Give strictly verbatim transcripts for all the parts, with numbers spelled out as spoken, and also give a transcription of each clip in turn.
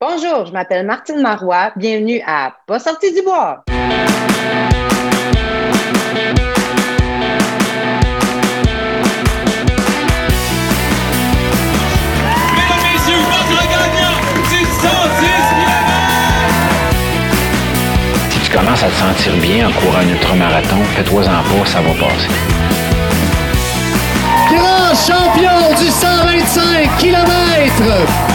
Bonjour, je m'appelle Martine Marois. Bienvenue à Pas sorti du bois. Si tu commences à te sentir bien en courant un ultramarathon, fais-toi-en pas, ça va passer. Grand champion du cent vingt-cinq kilomètres!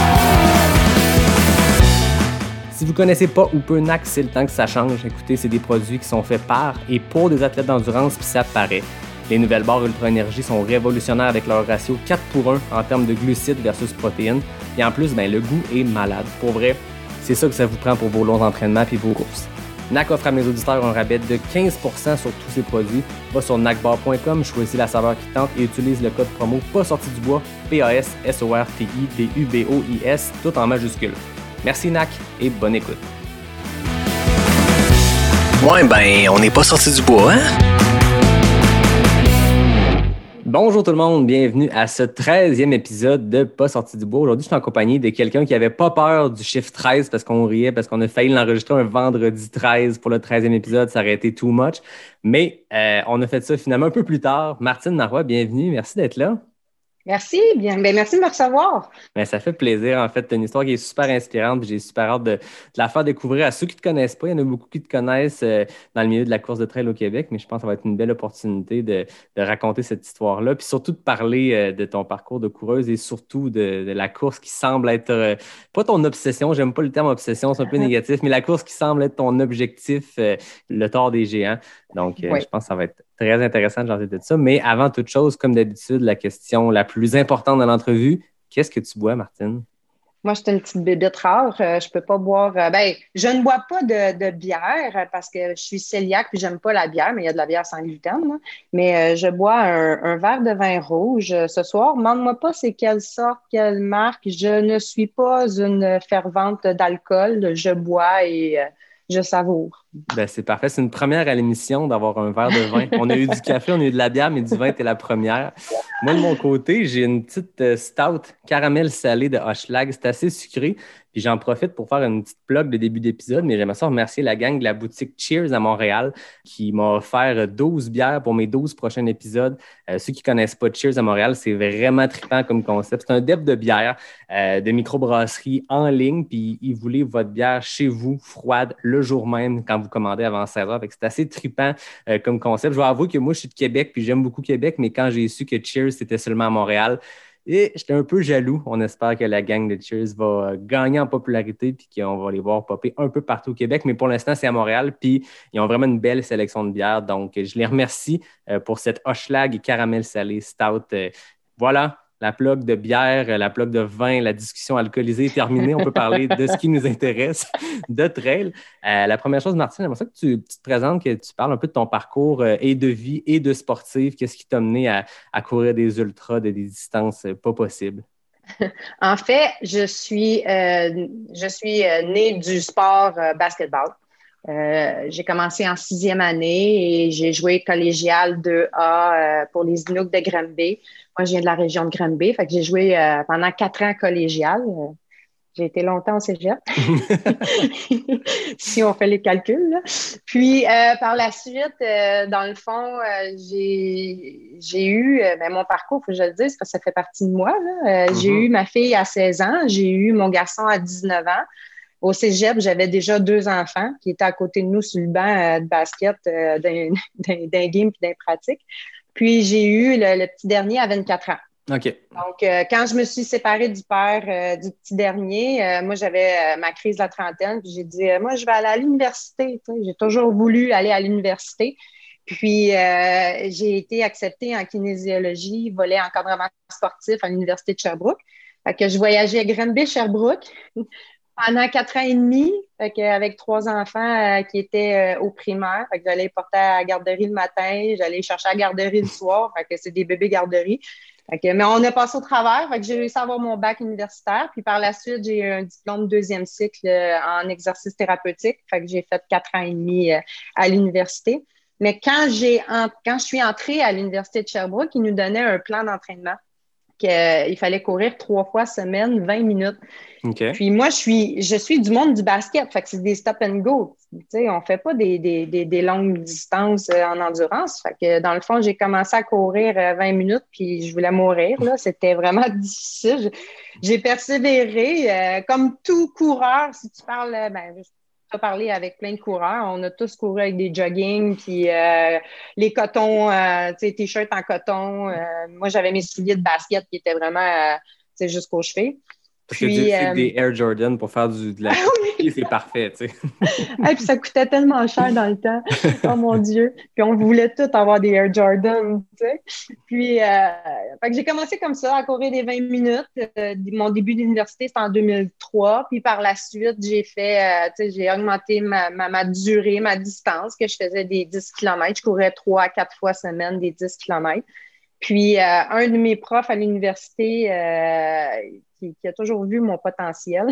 Si vous ne connaissez pas ou peu N A C, c'est le temps que ça change. Écoutez, c'est des produits qui sont faits par et pour des athlètes d'endurance, puis ça paraît. Les nouvelles barres Ultra Énergie sont révolutionnaires avec leur ratio quatre pour un en termes de glucides versus protéines. Et en plus, ben, le goût est malade. Pour vrai, c'est ça que ça vous prend pour vos longs entraînements et vos courses. N A C offre à mes auditeurs un rabais de quinze pour cent sur tous ses produits. Va sur nacbar point com, choisis la saveur qui tente et utilise le code promo Pas sorti du bois, P A S S O R T I D U B O I S, tout en majuscule. Merci N A C et bonne écoute. Ouais, ben, on n'est pas sorti du bois, hein? Bonjour tout le monde, bienvenue à ce treizième épisode de Pas sorti du bois. Aujourd'hui, je suis en compagnie de quelqu'un qui n'avait pas peur du chiffre treize parce qu'on riait, parce qu'on a failli l'enregistrer un vendredi treize pour le treizième épisode. Ça aurait été too much. Mais euh, on a fait ça finalement un peu plus tard. Martine Marois, bienvenue. Merci d'être là. Merci, bien, bien, merci de me recevoir. Bien, ça fait plaisir. En fait, tu as une histoire qui est super inspirante. J'ai super hâte de, de la faire découvrir à ceux qui ne te connaissent pas. Il y en a beaucoup qui te connaissent euh, dans le milieu de la course de trail au Québec, mais je pense que ça va être une belle opportunité de, de raconter cette histoire-là. Puis surtout de parler euh, de ton parcours de coureuse et surtout de, de la course qui semble être, euh, pas ton obsession, j'aime pas le terme obsession, c'est un peu négatif, mais la course qui semble être ton objectif, euh, le Tour des Géants. Donc, euh, oui. Je pense que ça va être très intéressant de jaser de ça. Mais avant toute chose, comme d'habitude, la question la plus importante dans l'entrevue, qu'est-ce que tu bois, Martine? Moi, je suis une petite bébête rare. Euh, je peux pas boire... Euh, ben, je ne bois pas de, de bière parce que je suis cœliaque puis j'aime pas la bière, mais il y a de la bière sans gluten. Là. Mais euh, je bois un, un verre de vin rouge euh, ce soir. Demande-moi pas c'est quelle sorte, quelle marque. Je ne suis pas une fervente d'alcool. Je bois et... Euh, je savoure. Ben, c'est parfait. C'est une première à l'émission d'avoir un verre de vin. On a eu du café, on a eu de la bière, mais du vin, t'es la première. Moi, de mon côté, j'ai une petite euh, stout caramel salé de Hochelag. C'est assez sucré. Puis j'en profite pour faire une petite plug de début d'épisode, mais j'aimerais ça remercier la gang de la boutique Cheers à Montréal qui m'a offert douze bières pour mes douze prochains épisodes. Euh, ceux qui ne connaissent pas Cheers à Montréal, c'est vraiment trippant comme concept. C'est un dep de bière, euh, de microbrasserie en ligne, puis ils vous livrent votre bière chez vous, froide, le jour même, quand vous commandez avant seize heures. Fait que c'est assez trippant euh, comme concept. Je vais avouer que moi, je suis de Québec, puis j'aime beaucoup Québec, mais quand j'ai su que Cheers, c'était seulement à Montréal, et j'étais un peu jaloux. On espère que la gang de Cheers va gagner en popularité puis qu'on va les voir popper un peu partout au Québec. Mais pour l'instant, c'est à Montréal. Puis ils ont vraiment une belle sélection de bières. Donc, je les remercie pour cette Hochelag et caramel salé stout. Voilà, la plug de bière, la plug de vin, la discussion alcoolisée est terminée. On peut parler de ce qui nous intéresse, de trail. Euh, la première chose, Martine, j'aimerais ça que tu, tu te présentes, que tu parles un peu de ton parcours euh, et de vie et de sportif. Qu'est-ce qui t'a mené à, à courir des ultras, de des distances euh, pas possibles? En fait, je suis, euh, je suis euh, née du sport euh, basketball. Euh, j'ai commencé en sixième année et j'ai joué collégial deux A euh, pour les Inuks de Granby. Moi, je viens de la région de Granby, fait que j'ai joué euh, pendant quatre ans collégial. Euh, j'ai été longtemps au cégep, si on fait les calculs. Là. Puis, euh, par la suite, euh, dans le fond, euh, j'ai, j'ai eu euh, ben, mon parcours, il faut que je le dise, parce que ça fait partie de moi. Là. Euh, mm-hmm. J'ai eu ma fille à seize ans, j'ai eu mon garçon à dix-neuf ans. Au cégep, j'avais déjà deux enfants qui étaient à côté de nous sur le banc euh, de basket euh, d'un, d'un, d'un game et d'un pratique. Puis, j'ai eu le, le petit dernier à vingt-quatre ans. OK. Donc, euh, quand je me suis séparée du père euh, du petit dernier, euh, moi, j'avais euh, ma crise de la trentaine. Puis, j'ai dit, euh, moi, je vais aller à l'université. Tu sais, j'ai toujours voulu aller à l'université. Puis, euh, j'ai été acceptée en kinésiologie, volet encadrement sportif à l'Université de Sherbrooke. Fait que je voyageais à Granby-Sherbrooke pendant quatre ans et demi, fait que avec trois enfants euh, qui étaient euh, au primaire. Fait que j'allais les porter à la garderie le matin, j'allais les chercher à la garderie le soir. Fait que c'est des bébés garderies. Fait que, mais on a passé au travers. Fait que j'ai réussi à avoir mon bac universitaire. Puis par la suite, j'ai eu un diplôme deuxième cycle euh, en exercice thérapeutique. Fait que j'ai fait quatre ans et demi euh, à l'université. Mais quand j'ai en, quand je suis entrée à l'Université de Sherbrooke, ils nous donnaient un plan d'entraînement qu'il euh, fallait courir trois fois semaine, vingt minutes. Okay. Puis moi, je suis, je suis du monde du basket, fait que c'est des stop and go. Tu sais, on fait pas des, des, des, des longues distances euh, en endurance. Fait que dans le fond, j'ai commencé à courir euh, vingt minutes, puis je voulais mourir. Là, c'était vraiment difficile. J'ai persévéré, euh, comme tout coureur. Si tu parles, ben, tu as parlé avec plein de coureurs. On a tous couru avec des jogging, puis euh, les cotons, euh, tu sais, t-shirts en coton. Euh, moi, j'avais mes souliers de basket qui étaient vraiment, euh, tu sais, jusqu'aux chevilles. Parce que Dieu sait que des Air Jordan pour faire du, de la ski, c'est parfait, tu sais. Et puis ça coûtait tellement cher dans le temps. Oh mon Dieu. Puis on voulait tous avoir des Air Jordan, tu sais. Puis euh, fait que j'ai commencé comme ça, à courir des vingt minutes. Euh, mon début d'université, c'était en deux mille trois. Puis par la suite, j'ai fait, euh, tu sais, j'ai augmenté ma, ma, ma durée, ma distance, que je faisais des dix kilomètres. Je courais trois à quatre fois semaine des dix kilomètres. Puis, euh, un de mes profs à l'université euh, qui, qui a toujours vu mon potentiel,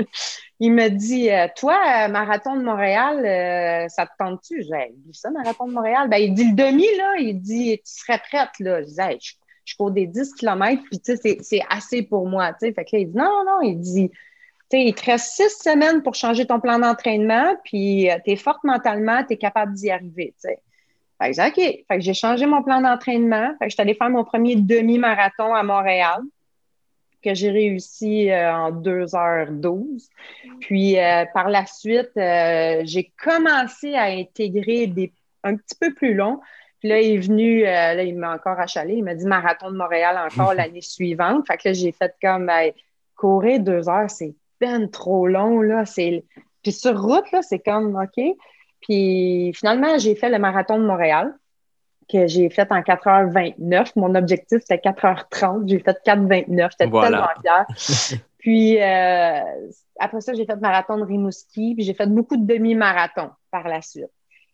il me dit euh, « Toi, Marathon de Montréal, euh, ça te tente-tu? » J'ai dit hey, « ça, Marathon de Montréal? » Ben, il dit « Le demi, là, il dit « Tu serais prête, là. » Je dis hey, je, je cours des dix kilomètres, puis tu sais, c'est, c'est assez pour moi, tu sais. Fait que là, il dit « Non, non, il dit... » Tu sais, il te reste six semaines pour changer ton plan d'entraînement, puis euh, tu es forte mentalement, tu es capable d'y arriver, tu sais. Fait que j'ai OK. Fait que j'ai changé mon plan d'entraînement. Fait que je suis allée faire mon premier demi-marathon à Montréal, que j'ai réussi euh, en deux heures douze. Puis, euh, par la suite, euh, j'ai commencé à intégrer des un petit peu plus longs. Puis là, il est venu, euh, là, il m'a encore achalé. Il m'a dit Marathon de Montréal encore l'année suivante. Fait que là, j'ai fait comme, ben, courir deux heures, c'est ben trop long, là. C'est... Puis sur route, là, c'est comme, OK. Puis finalement, j'ai fait le Marathon de Montréal, que j'ai fait en quatre heures vingt-neuf. Mon objectif, c'était quatre heures trente. J'ai fait quatre heures vingt-neuf. J'étais voilà. tellement fière. Puis euh, après ça, j'ai fait le Marathon de Rimouski, puis j'ai fait beaucoup de demi-marathons par la suite.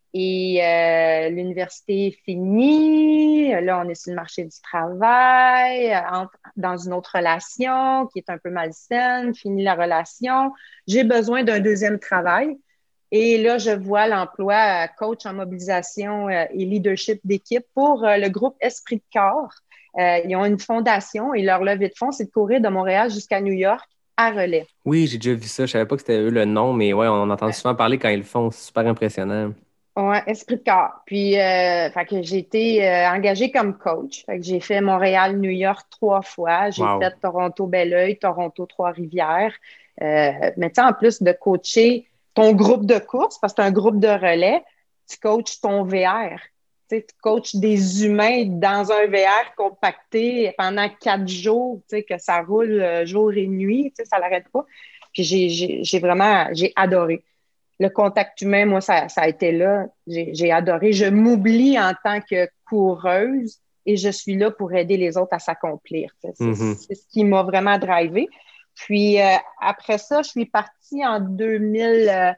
Et euh, l'université est finie. Là, on est sur le marché du travail, entre, dans une autre relation qui est un peu malsaine. Fini la relation. J'ai besoin d'un deuxième travail. Et là, je vois l'emploi coach en mobilisation et leadership d'équipe pour le groupe Esprit de corps. Euh, ils ont une fondation et leur levée de fonds, c'est de courir de Montréal jusqu'à New York à relais. Oui, j'ai déjà vu ça. Je ne savais pas que c'était eux le nom, mais ouais, on entend souvent parler quand ils le font. C'est super impressionnant. Oui, Esprit de corps. Puis, euh, fait que j'ai été euh, engagée comme coach. Fait que j'ai fait Montréal-New York trois fois. J'ai wow. fait Toronto-Belleuil, Toronto-Trois-Rivières. Euh, mais tu sais, en plus de coacher ton groupe de course, parce que c'est un groupe de relais, tu coaches ton V R. Tu sais, tu coaches des humains dans un V R compacté pendant quatre jours, tu sais, que ça roule jour et nuit, tu sais, ça l'arrête pas. Puis j'ai, j'ai, j'ai vraiment, j'ai adoré. Le contact humain, moi, ça, ça a été là. J'ai, j'ai adoré. Je m'oublie en tant que coureuse et je suis là pour aider les autres à s'accomplir. C'est, mm-hmm. c'est ce qui m'a vraiment drivée. Puis euh, après ça, je suis partie en deux mille, euh,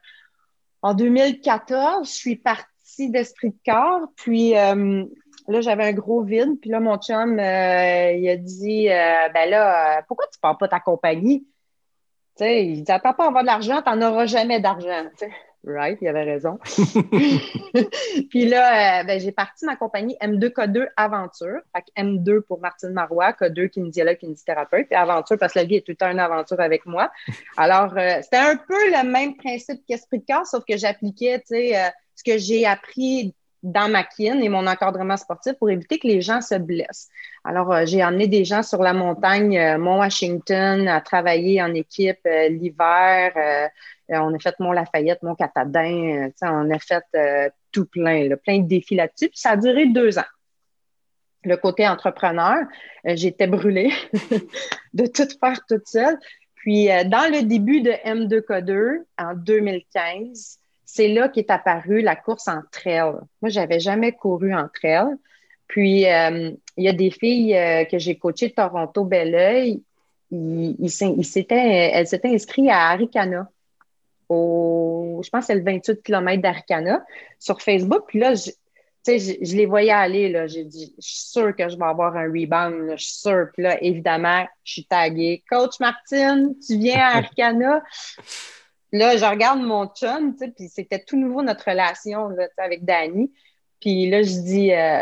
en deux mille quatorze, je suis partie d'Esprit de corps. Puis euh, là, j'avais un gros vide. Puis là, mon chum, euh, il a dit, euh, ben là, euh, pourquoi tu ne pars pas ta compagnie? Tu sais, il dit, attends pas à avoir de l'argent, tu n'en auras jamais d'argent. Tu sais. Right, il avait raison. Puis là, euh, ben, j'ai parti ma compagnie M deux K deux Aventure. Fait que M deux pour Martine Marois, K deux kinésiologue, kinésithérapeute, puis Aventure parce que la vie est tout le temps une aventure avec moi. Alors, euh, c'était un peu le même principe qu'Esprit de corps, sauf que j'appliquais, tu sais, euh, ce que j'ai appris dans ma kin et mon encadrement sportif pour éviter que les gens se blessent. Alors, euh, j'ai emmené des gens sur la montagne euh, Mont-Washington à travailler en équipe euh, l'hiver. Euh, euh, on a fait Mont-Lafayette, Mont-Catadin. Euh, on a fait euh, tout plein, là, plein de défis là-dessus. Puis ça a duré deux ans. Le côté entrepreneur, euh, j'étais brûlée de tout faire toute seule. Puis, euh, dans le début de M deux K deux, en deux mille quinze, c'est là qu'est apparue la course en trail. Moi, j'avais jamais couru en trail. Puis, euh, il y a des filles euh, que j'ai coachées de Toronto-Belleuil. Ils, ils, ils s'étaient, elles s'étaient inscrites à Arikana. Au, je pense que c'est le vingt-huit kilomètres d'Arikana sur Facebook. Puis là, je, je, je les voyais aller. Là. J'ai dit, je suis sûre que je vais avoir un rebound. Là. Je suis sûre. Puis là, évidemment, je suis taguée. Coach Martine, tu viens à Arikana? Là, je regarde mon chum, tu sais, puis c'était tout nouveau notre relation là, avec Dani. Puis là, je dis, euh,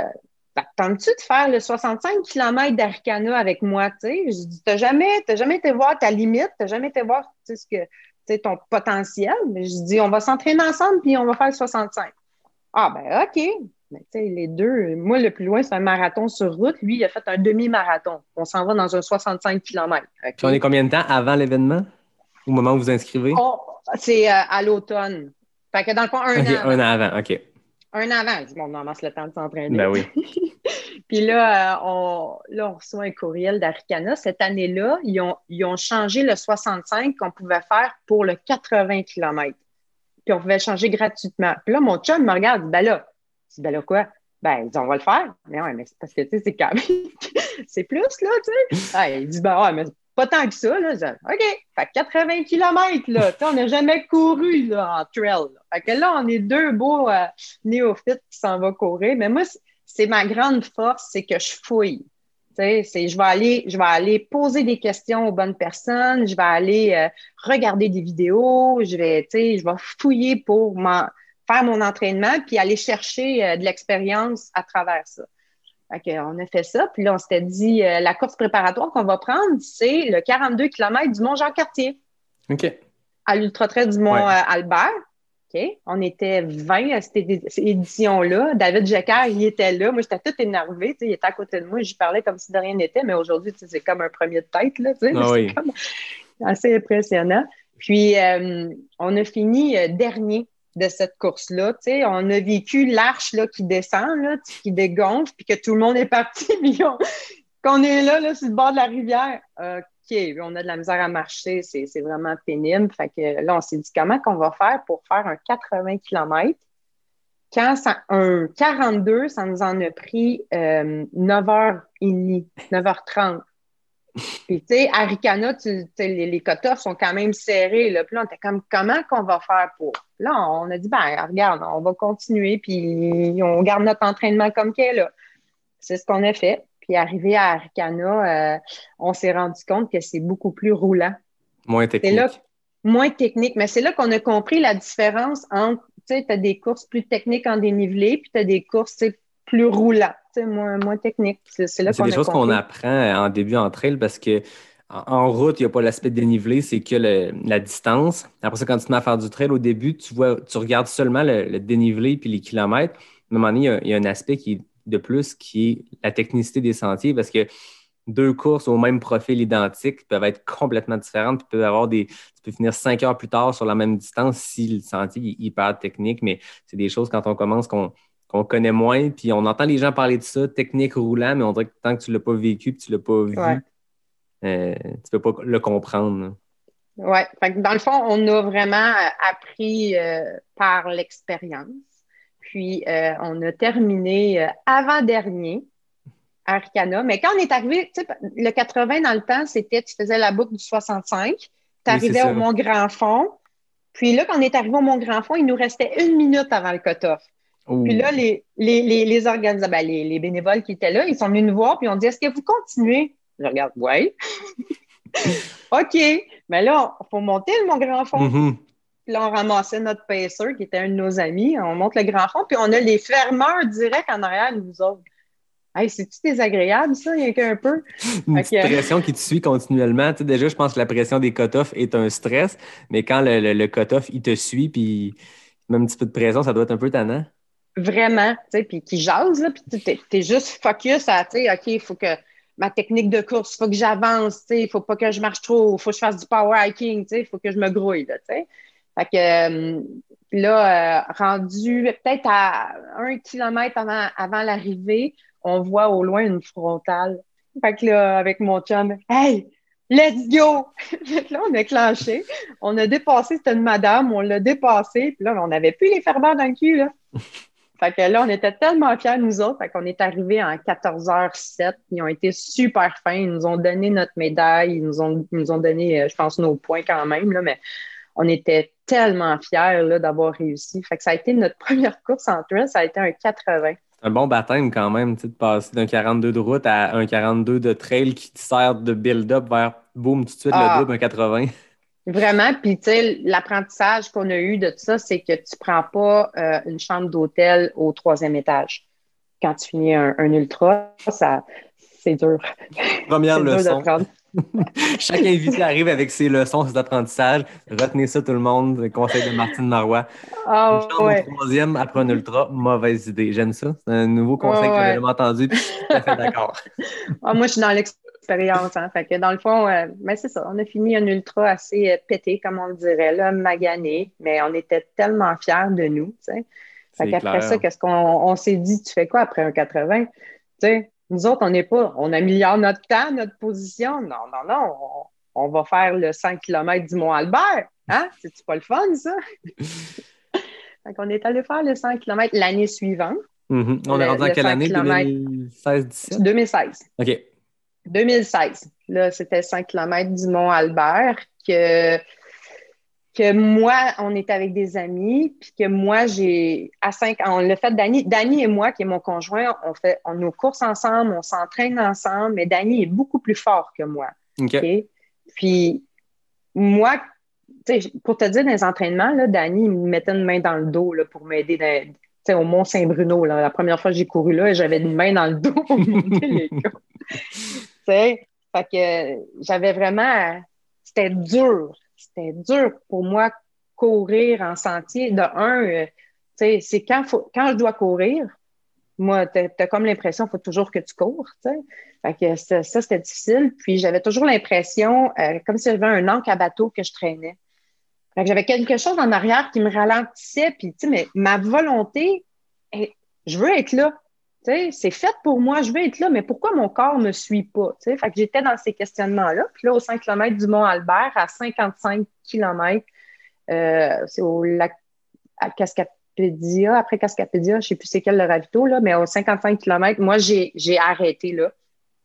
Ben, tentes-tu de faire le soixante-cinq kilomètres d'Arikana avec moi, tu sais? Je dis, t'as jamais, t'as jamais été voir ta limite, t'as jamais été voir, tu sais, ce que, tu sais, ton potentiel. Mais je dis, on va s'entraîner ensemble, puis on va faire le soixante-cinq. Ah, ben, OK. Mais, tu sais, les deux, moi, le plus loin, c'est un marathon sur route. Lui, il a fait un demi-marathon. On s'en va dans un soixante-cinq kilomètres. Okay? Puis on est combien de temps avant l'événement? Au moment où vous inscrivez? On, c'est euh, à l'automne. Fait que dans le fond, un okay, an avant. Un an avant, OK. Un an avant. Je dis, bon, on amasse le temps de s'entraîner. Ben oui. Puis là, euh, on, là, on reçoit un courriel d'Arikana. Cette année-là, ils ont, ils ont changé le soixante-cinq qu'on pouvait faire pour le quatre-vingts kilomètres. Puis on pouvait le changer gratuitement. Puis là, mon chum me regarde, il dit, ben là, je dis, ben là quoi? Ben, il dit, on va le faire. Mais ouais, mais c'est parce que, tu sais, c'est quand même, c'est plus, là, tu sais. Ah, il dit, ben ouais, mais pas tant que ça, là. Je dis, OK, fait que quatre-vingts kilomètres, là. Tu sais, on n'a jamais couru, là, en trail. Là. Fait que là, on est deux beaux euh, néophytes qui s'en vont courir. Mais moi, c'est ma grande force, c'est que je fouille. Tu sais, c'est, je vais aller, je vais aller poser des questions aux bonnes personnes, je vais aller euh, regarder des vidéos, je vais, tu sais, je vais fouiller pour m'en, faire mon entraînement puis aller chercher euh, de l'expérience à travers ça. Fait qu'on a fait ça, puis là, on s'était dit, euh, la course préparatoire qu'on va prendre, c'est le quarante-deux kilomètres du Mont-Jean-Cartier. OK. À l'ultra-trail du Mont-Albert. Ouais. OK. On était vingt à cette édition-là. David Jecker, il était là. Moi, j'étais toute énervée. Il était à côté de moi. J'y parlais comme si de rien n'était. Mais aujourd'hui, c'est comme un premier de tête. Là, ah oui. C'est comme assez impressionnant. Puis, euh, on a fini euh, dernier de cette course-là. T'sais. On a vécu l'arche là, qui descend, là, qui dégonfle, puis que tout le monde est parti. Puis on, qu'on est là, là, sur le bord de la rivière. OK. On a de la misère à marcher, c'est, c'est vraiment pénible. Fait que là, on s'est dit comment qu'on va faire pour faire un quatre-vingts kilomètres. Quand ça, un quarante-deux, ça nous en a pris euh, neuf heures trente, neuf heures trente. Puis, tu sais, à Arikana, tu, les, les cutoffs sont quand même serrés. Là. Puis là, on était comme, comment qu'on va faire pour? Là, on a dit, ben, regarde, on va continuer, puis on garde notre entraînement comme qu'elle est là. C'est ce qu'on a fait. Puis, arrivé à Arikana, euh, on s'est rendu compte que c'est beaucoup plus roulant. Moins technique. C'est là, moins technique. Mais c'est là qu'on a compris la différence entre, tu sais, tu as des courses plus techniques en dénivelé, puis tu as des courses, tu sais, plus roulantes, tu sais, moins, moins techniques. C'est, c'est là c'est qu'on des a choses compris. qu'on apprend en début en trail parce que en, en route, il n'y a pas l'aspect dénivelé, c'est que le, la distance. Après ça, quand tu te mets à faire du trail, au début, tu vois, tu regardes seulement le, le dénivelé puis les kilomètres. À un moment donné, il y a, il y a un aspect qui est de plus qui est la technicité des sentiers parce que deux courses au même profil identique peuvent être complètement différentes. Puis peuvent avoir des, tu peux finir cinq heures plus tard sur la même distance si le sentier est hyper technique, mais c'est des choses quand on commence qu'on, qu'on connaît moins. Puis on entend les gens parler de ça, technique roulant, mais on dirait que tant que tu ne l'as pas vécu et que tu ne l'as pas vu, ouais. euh, tu ne peux pas le comprendre. Oui. Dans le fond, on a vraiment appris euh, par l'expérience. Puis, euh, on a terminé euh, avant-dernier à Arikana. Mais quand on est arrivé, tu sais, le quatre-vingts dans le temps, c'était, tu faisais la boucle du soixante-cinq, tu arrivais oui, au Mont-Grand-Fond. Puis là, quand on est arrivé au Mont-Grand-Fond, il nous restait une minute avant le cut-off. Ouh. Puis là, les, les, les, les organisateurs, ben, les, les bénévoles qui étaient là, ils sont venus nous voir, puis ils ont dit, est-ce que vous continuez? Je regarde, oui. OK. Mais là, il faut monter le Mont-Grand-Fond. Mm-hmm. Puis là, on ramassait notre pacer, qui était un de nos amis. On monte le grand fond, puis on a les fermeurs directs en arrière de nous autres. Hey, c'est-tu désagréable, ça? Il y a qu'un peu. Une petite okay. pression qui te suit continuellement. Tu sais, déjà, je pense que la pression des cut-offs est un stress, mais quand le, le, le cut-off, il te suit, puis même un petit peu de pression, ça doit être un peu tannant. Vraiment, tu sais, puis qui jase, là, puis t'es, t'es juste focus à, tu sais, OK, il faut que ma technique de course, il faut que j'avance, tu sais, il faut pas que je marche trop, il faut que je fasse du power hiking, tu sais, il faut que je me grouille, là, tu sais. Fait que euh, là, euh, rendu peut-être à un kilomètre avant, avant l'arrivée, on voit au loin une frontale. Fait que là, avec mon chum, « Hey, let's go! » Fait que là, on a clenché. On a dépassé, c'était une madame, on l'a dépassé. Puis là, on n'avait plus les fermeurs dans le cul, là. Fait que là, on était tellement fiers, nous autres. Fait qu'on est arrivés en quatorze heures sept. Ils ont été super fins. Ils nous ont donné notre médaille. Ils nous ont, ils nous ont donné, je pense, nos points quand même, là, mais on était tellement fiers là, d'avoir réussi. Fait que ça a été notre première course en trail, ça a été un quatre-vingts. Un bon baptême quand même, tu sais, de passer d'un quarante-deux de route à un quarante-deux de trail qui te sert de build-up vers, boum, tout de suite, ah, le double, un quatre-vingts. Vraiment, puis tu sais, l'apprentissage qu'on a eu de tout ça, c'est que tu prends pas euh, une chambre d'hôtel au troisième étage. quand tu finis un, un ultra, ça, c'est dur. Première c'est leçon. Dur de prendre. Chaque invité arrive avec ses leçons, ses apprentissages. Retenez ça, tout le monde. Le conseil de Martine Marois. Une Ah chambre ouais. au troisième après un ultra, mauvaise idée. J'aime ça. C'est un nouveau conseil Ah, que j'avais ouais. jamais entendu, puis je suis tout à fait d'accord. Ah, moi, je suis dans l'expérience. Hein, fait que dans le fond, euh, ben, c'est ça. On a fini un ultra assez euh, pété, comme on le dirait, là, magané, mais on était tellement fiers de nous. T'sais. Fait C'est qu'après clair. ça, qu'est-ce qu'on on s'est dit? Tu fais quoi après un quatre-vingts? T'sais, nous autres, on n'est pas, on améliore notre temps, notre position. Non, non, non. On, on va faire le cinq kilomètres du Mont-Albert. Hein? C'est-tu pas le fun, ça? Fait qu'on est allé faire le cinq kilomètres l'année suivante. Mm-hmm. On le, est rendu en quelle année? deux mille seize dix-sept? deux mille seize. OK. deux mille seize. Là, c'était cinq kilomètres du Mont-Albert que, que moi, on était avec des amis, puis que moi, j'ai, à cinq, on l'a fait, Dany, Dany et moi, qui est mon conjoint, on fait on, nos courses ensemble, on s'entraîne ensemble, mais Dany est beaucoup plus fort que moi. OK. Okay? Puis, moi, pour te dire, dans les entraînements, là, Dany, il me mettait une main dans le dos là, pour m'aider dans, t'sais, au Mont-Saint-Bruno. Là, la première fois que j'ai couru là, j'avais une main dans le dos pour monter les gars. Fait que j'avais vraiment... C'était dur. C'était dur pour moi courir en sentier. De un, euh, c'est quand, faut, quand je dois courir, moi, t'as, t'as comme l'impression qu'il faut toujours que tu cours. T'sais. Fait que ça, ça, c'était difficile. Puis j'avais toujours l'impression, euh, comme si j'avais un ancre à bateau que je traînais. Fait que j'avais quelque chose en arrière qui me ralentissait. Puis, tu sais, mais ma volonté, je veux être là. T'sais, c'est fait pour moi, je veux être là, mais pourquoi mon corps ne me suit pas? T'sais? Fait que j'étais dans ces questionnements-là. Puis là, au cinq kilomètres du Mont-Albert, à cinquante-cinq kilomètres, euh, c'est au lac à Cascapédia, après Cascapédia, je ne sais plus c'est quel le ravito, là, mais au cinquante-cinq kilomètres, moi, j'ai, j'ai arrêté là.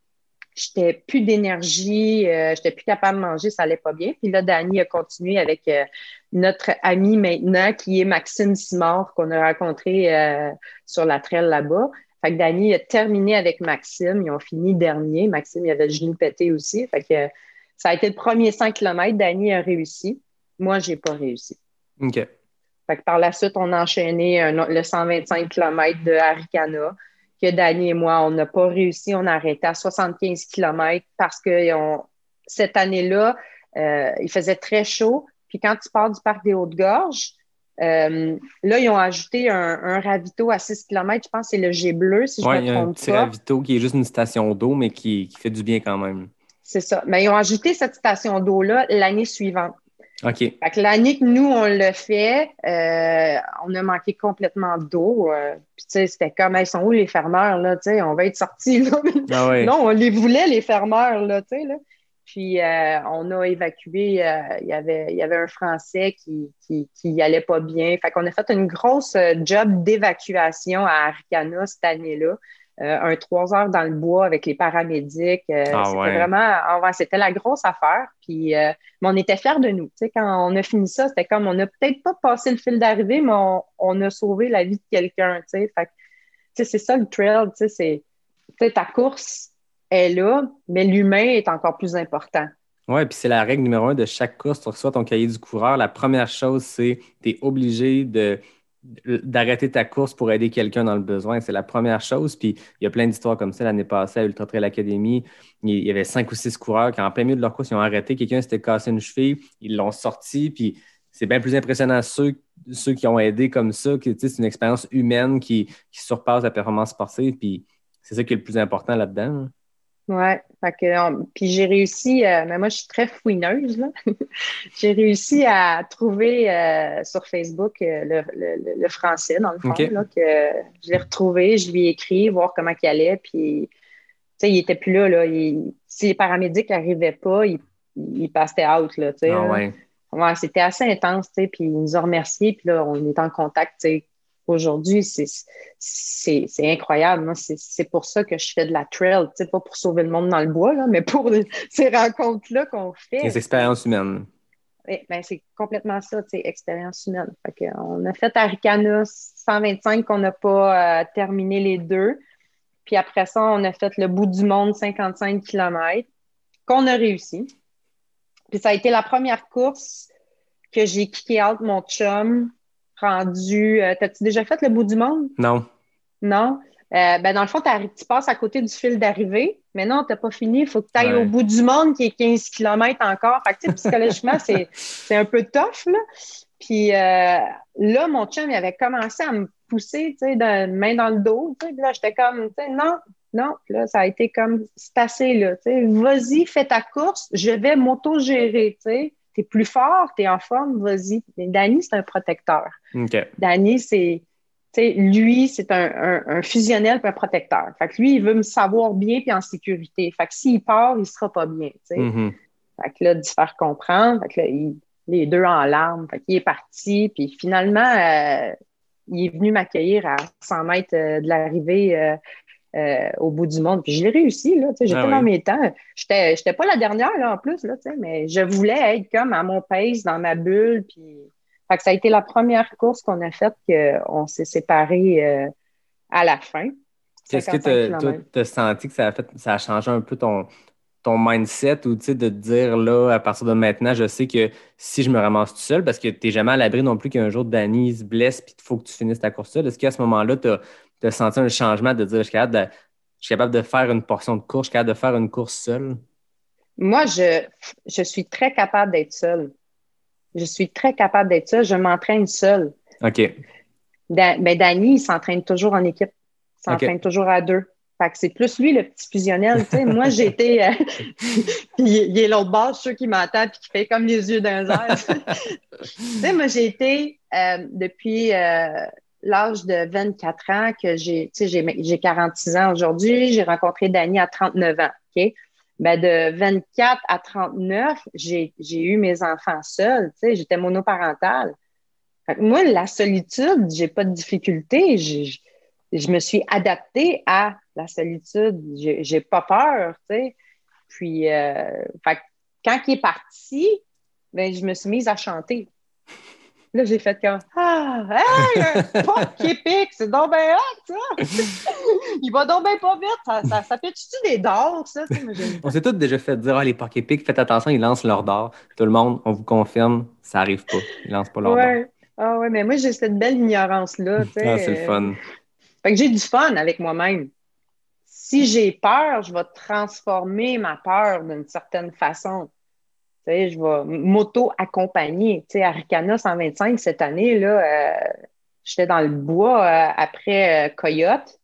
J'étais plus d'énergie, euh, j'étais plus capable de manger, ça allait pas bien. Puis là, Dany a continué avec euh, notre ami maintenant, qui est Maxime Simard, qu'on a rencontré euh, sur la trail là-bas. Fait que Dany a terminé avec Maxime. Ils ont fini dernier. Maxime, il avait le genou pété aussi. Fait que ça a été le premier cinq kilomètres. Dany a réussi. Moi, j'ai pas réussi. OK. Fait que par la suite, on a enchaîné un, le cent vingt-cinq kilomètres de Arikana, que Dany et moi, on n'a pas réussi. On a arrêté à soixante-quinze kilomètres parce que on, cette année-là, euh, il faisait très chaud. Puis quand tu pars du parc des Hautes-Gorges, Euh, là, ils ont ajouté un, un ravito à six kilomètres. Je pense que c'est le G bleu, si je ouais, me trompe pas. Oui, il y a un petit ravito qui est juste une station d'eau, mais qui, qui fait du bien quand même. C'est ça. Mais ils ont ajouté cette station d'eau-là l'année suivante. OK. Fait que l'année que nous, on l'a fait, euh, on a manqué complètement d'eau. Euh, Puis, tu sais, c'était comme, ils sont où les fermeurs, là? Tu sais, on va être sortis, là. Ah ouais. Non, on les voulait, les fermeurs, là, tu sais, là. Puis, euh, on a évacué, euh, il y avait, il y avait un Français qui, qui, qui allait pas bien. Fait qu'on a fait une grosse job d'évacuation à Arikana cette année-là. Euh, un trois heures dans le bois avec les paramédics. Euh, ah c'était ouais. vraiment, ah ouais, c'était la grosse affaire. Puis, euh, mais on était fiers de nous. Tu sais, quand on a fini ça, c'était comme, on n'a peut-être pas passé le fil d'arrivée, mais on, on a sauvé la vie de quelqu'un. Tu sais, fait que, tu sais, c'est ça le trail. Tu sais, c'est, tu sais, ta course est là, mais l'humain est encore plus important. Oui, puis c'est la règle numéro un de chaque course. Tu reçois ton cahier du coureur. La première chose, c'est que tu es obligé de, d'arrêter ta course pour aider quelqu'un dans le besoin. C'est la première chose. Puis il y a plein d'histoires comme ça. L'année passée, à Ultra Trail Academy, il y avait cinq ou six coureurs qui, en plein milieu de leur course, ils ont arrêté. Quelqu'un s'était cassé une cheville. Ils l'ont sorti. Puis c'est bien plus impressionnant ceux, ceux qui ont aidé comme ça. Que, c'est une expérience humaine qui, qui surpasse la performance sportive. Puis c'est ça qui est le plus important là-dedans. Ouais, fait que, on, puis j'ai réussi, euh, mais moi je suis très fouineuse, là. J'ai réussi à trouver euh, sur Facebook euh, le, le, le français, dans le fond, okay. là, que je l'ai retrouvé, je lui ai écrit, voir comment il allait, puis, tu sais, il était plus là, là. Il, si les paramédics n'arrivaient pas, il, il passait out, là, tu sais. Ah ouais. Ouais, c'était assez intense, tu sais, puis il nous a remerciés, puis là, on est en contact, tu sais. Aujourd'hui, c'est, c'est, c'est incroyable. Moi, c'est, c'est pour ça que je fais de la trail. Tu sais, pas pour sauver le monde dans le bois, là, mais pour ces rencontres-là qu'on fait. Les expériences humaines. Oui, ben, c'est complètement ça, tu sais, expérience humaine. Fait que, on a fait Arikana cent vingt-cinq qu'on n'a pas euh, terminé les deux. Puis après ça, on a fait le bout du monde cinquante-cinq kilomètres qu'on a réussi. Puis ça a été la première course que j'ai kické out mon chum rendu... Euh, t'as-tu déjà fait le bout du monde? Non. Non? Euh, ben, dans le fond, tu passes à côté du fil d'arrivée, mais non, tu n'as pas fini. Il faut que tu ailles Ouais. au bout du monde qui est quinze kilomètres encore. Fait que, tu sais, psychologiquement, c'est, c'est un peu tough, là. Puis euh, là, mon chum, il avait commencé à me pousser, tu sais, de main dans le dos. Tu sais, puis là, j'étais comme, tu sais, non, non. Puis là, ça a été comme, c'est assez, là. Tu sais, vas-y, fais ta course, je vais m'auto-gérer, tu sais. T'es plus fort, t'es en forme, vas-y. Mais Danny, c'est un protecteur. OK. Danny, c'est, tu sais, lui, c'est un, un, un fusionnel puis un protecteur. Fait que lui, il veut me savoir bien puis en sécurité. Fait que s'il part, il sera pas bien, tu sais. Mm-hmm. Fait que là, d'y faire comprendre. Fait que là, il, les deux en larmes. Fait qu'il est parti. Puis finalement, euh, il est venu m'accueillir à cent mètres euh, de l'arrivée euh, euh, au bout du monde. Puis je l'ai réussi, là. Tu sais, j'étais Ah dans oui. mes temps. J'étais, j'étais pas la dernière, là, en plus, là, tu sais, mais je voulais être comme à mon pace, dans ma bulle. Puis... Fait que ça a été la première course qu'on a faite qu'on s'est séparés euh, à la fin. Qu'est-ce que tu as senti que ça a fait, ça a changé un peu ton, ton mindset ou de te dire là, à partir de maintenant, je sais que si je me ramasse tout seul, parce que tu n'es jamais à l'abri non plus qu'un jour Danny se blesse puis il faut que tu finisses ta course seule. Est-ce qu'à ce moment-là, tu as senti un changement de dire je suis capable de, je suis capable de faire une portion de course, je suis capable de faire une course seule? Moi, je, je suis très capable d'être seule. Je suis très capable d'être seule. Je m'entraîne seule. OK. Da, ben Danny, il s'entraîne toujours en équipe. Il s'entraîne okay. toujours à deux. Fait que c'est plus lui, le petit fusionnel. Tu sais, moi, j'ai été... Euh, il, il est l'autre bord, ceux qui m'entendent puis qui fait comme les yeux d'un air. Tu sais, moi, j'ai été, euh, depuis euh, l'âge de vingt-quatre ans, que j'ai... Tu sais, j'ai, j'ai quarante-six ans aujourd'hui. J'ai rencontré Danny à trente-neuf ans. OK? Ben, de vingt-quatre à trente-neuf, j'ai, j'ai eu mes enfants seuls. Tu sais, j'étais monoparentale. Fait que moi, la solitude, j'ai pas de difficulté. J'ai, je me suis adaptée à la solitude. J'ai, j'ai pas peur, tu sais. Puis, euh, fait que quand il est parti, ben, je me suis mise à chanter. Là, j'ai fait comme « Ah, hey, un pop qui pique, c'est donc bien hot, ça! Il va donc bien pas vite, ça, ça, ça fait-tu des dards, ça? » On s'est tous déjà fait dire « Ah, les pock épiques, faites attention, ils lancent leur dard. » Tout le monde, on vous confirme, ça arrive pas. Ils lancent pas leur ouais. dard. Ah ouais, mais moi, j'ai cette belle ignorance-là, tu sais. Ah, c'est le fun. Fait que j'ai du fun avec moi-même. Si j'ai peur, je vais transformer ma peur d'une certaine façon. Tu sais, je vais m'auto-accompagner. Tu sais, à Ricana cent vingt-cinq, cette année, là, euh, j'étais dans le bois euh, après euh, Coyote.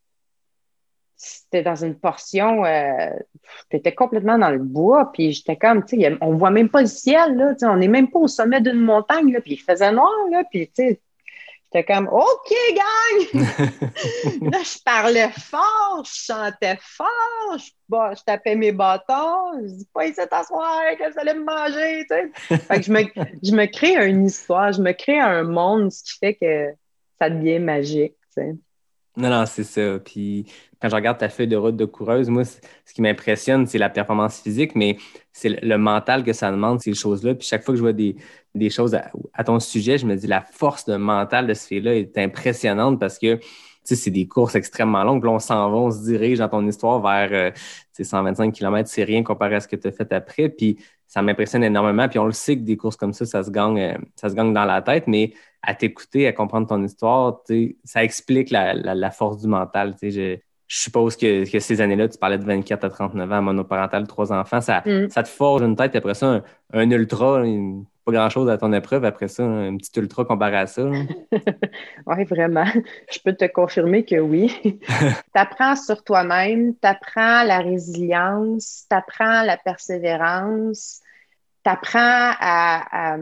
C'était dans une portion, euh, t'étais complètement dans le bois, puis j'étais comme, tu sais, on voit même pas le ciel, là, tu sais, on n'est même pas au sommet d'une montagne, là, puis il faisait noir, là, puis tu sais, j'étais comme, OK, gang! Là, je parlais fort, je chantais fort, je, bon, je tapais mes bâtons, je dis pas ici t'asseoir, que vous allez me manger, tu sais. Fait que je me, je me crée une histoire, je me crée un monde, ce qui fait que ça devient magique, tu sais. Non, non, c'est ça. Puis quand je regarde ta feuille de route de coureuse, moi, ce qui m'impressionne, c'est la performance physique, mais c'est le mental que ça demande, ces choses-là. Puis chaque fois que je vois des, des choses à, à ton sujet, je me dis la force de mental de ce fille-là est impressionnante parce que tu sais, c'est des courses extrêmement longues. Puis là, on s'en va, on se dirige dans ton histoire vers euh, cent vingt-cinq kilomètres, c'est rien comparé à ce que tu as fait après. Puis ça m'impressionne énormément. Puis on le sait que des courses comme ça, ça se gagne, euh, ça se gagne dans la tête, mais à t'écouter, à comprendre ton histoire, ça explique la, la, la force du mental. Je, je suppose que, que ces années-là, tu parlais de vingt-quatre à trente-neuf ans, monoparental, trois enfants, ça, mm. ça te forge une tête. Après ça, un, un ultra, une, pas grand-chose à ton épreuve. Après ça, un petit ultra comparé à ça. Oui, vraiment. Je peux te confirmer que oui. Tu apprends sur toi-même, tu apprends la résilience, tu apprends la persévérance, tu apprends à... à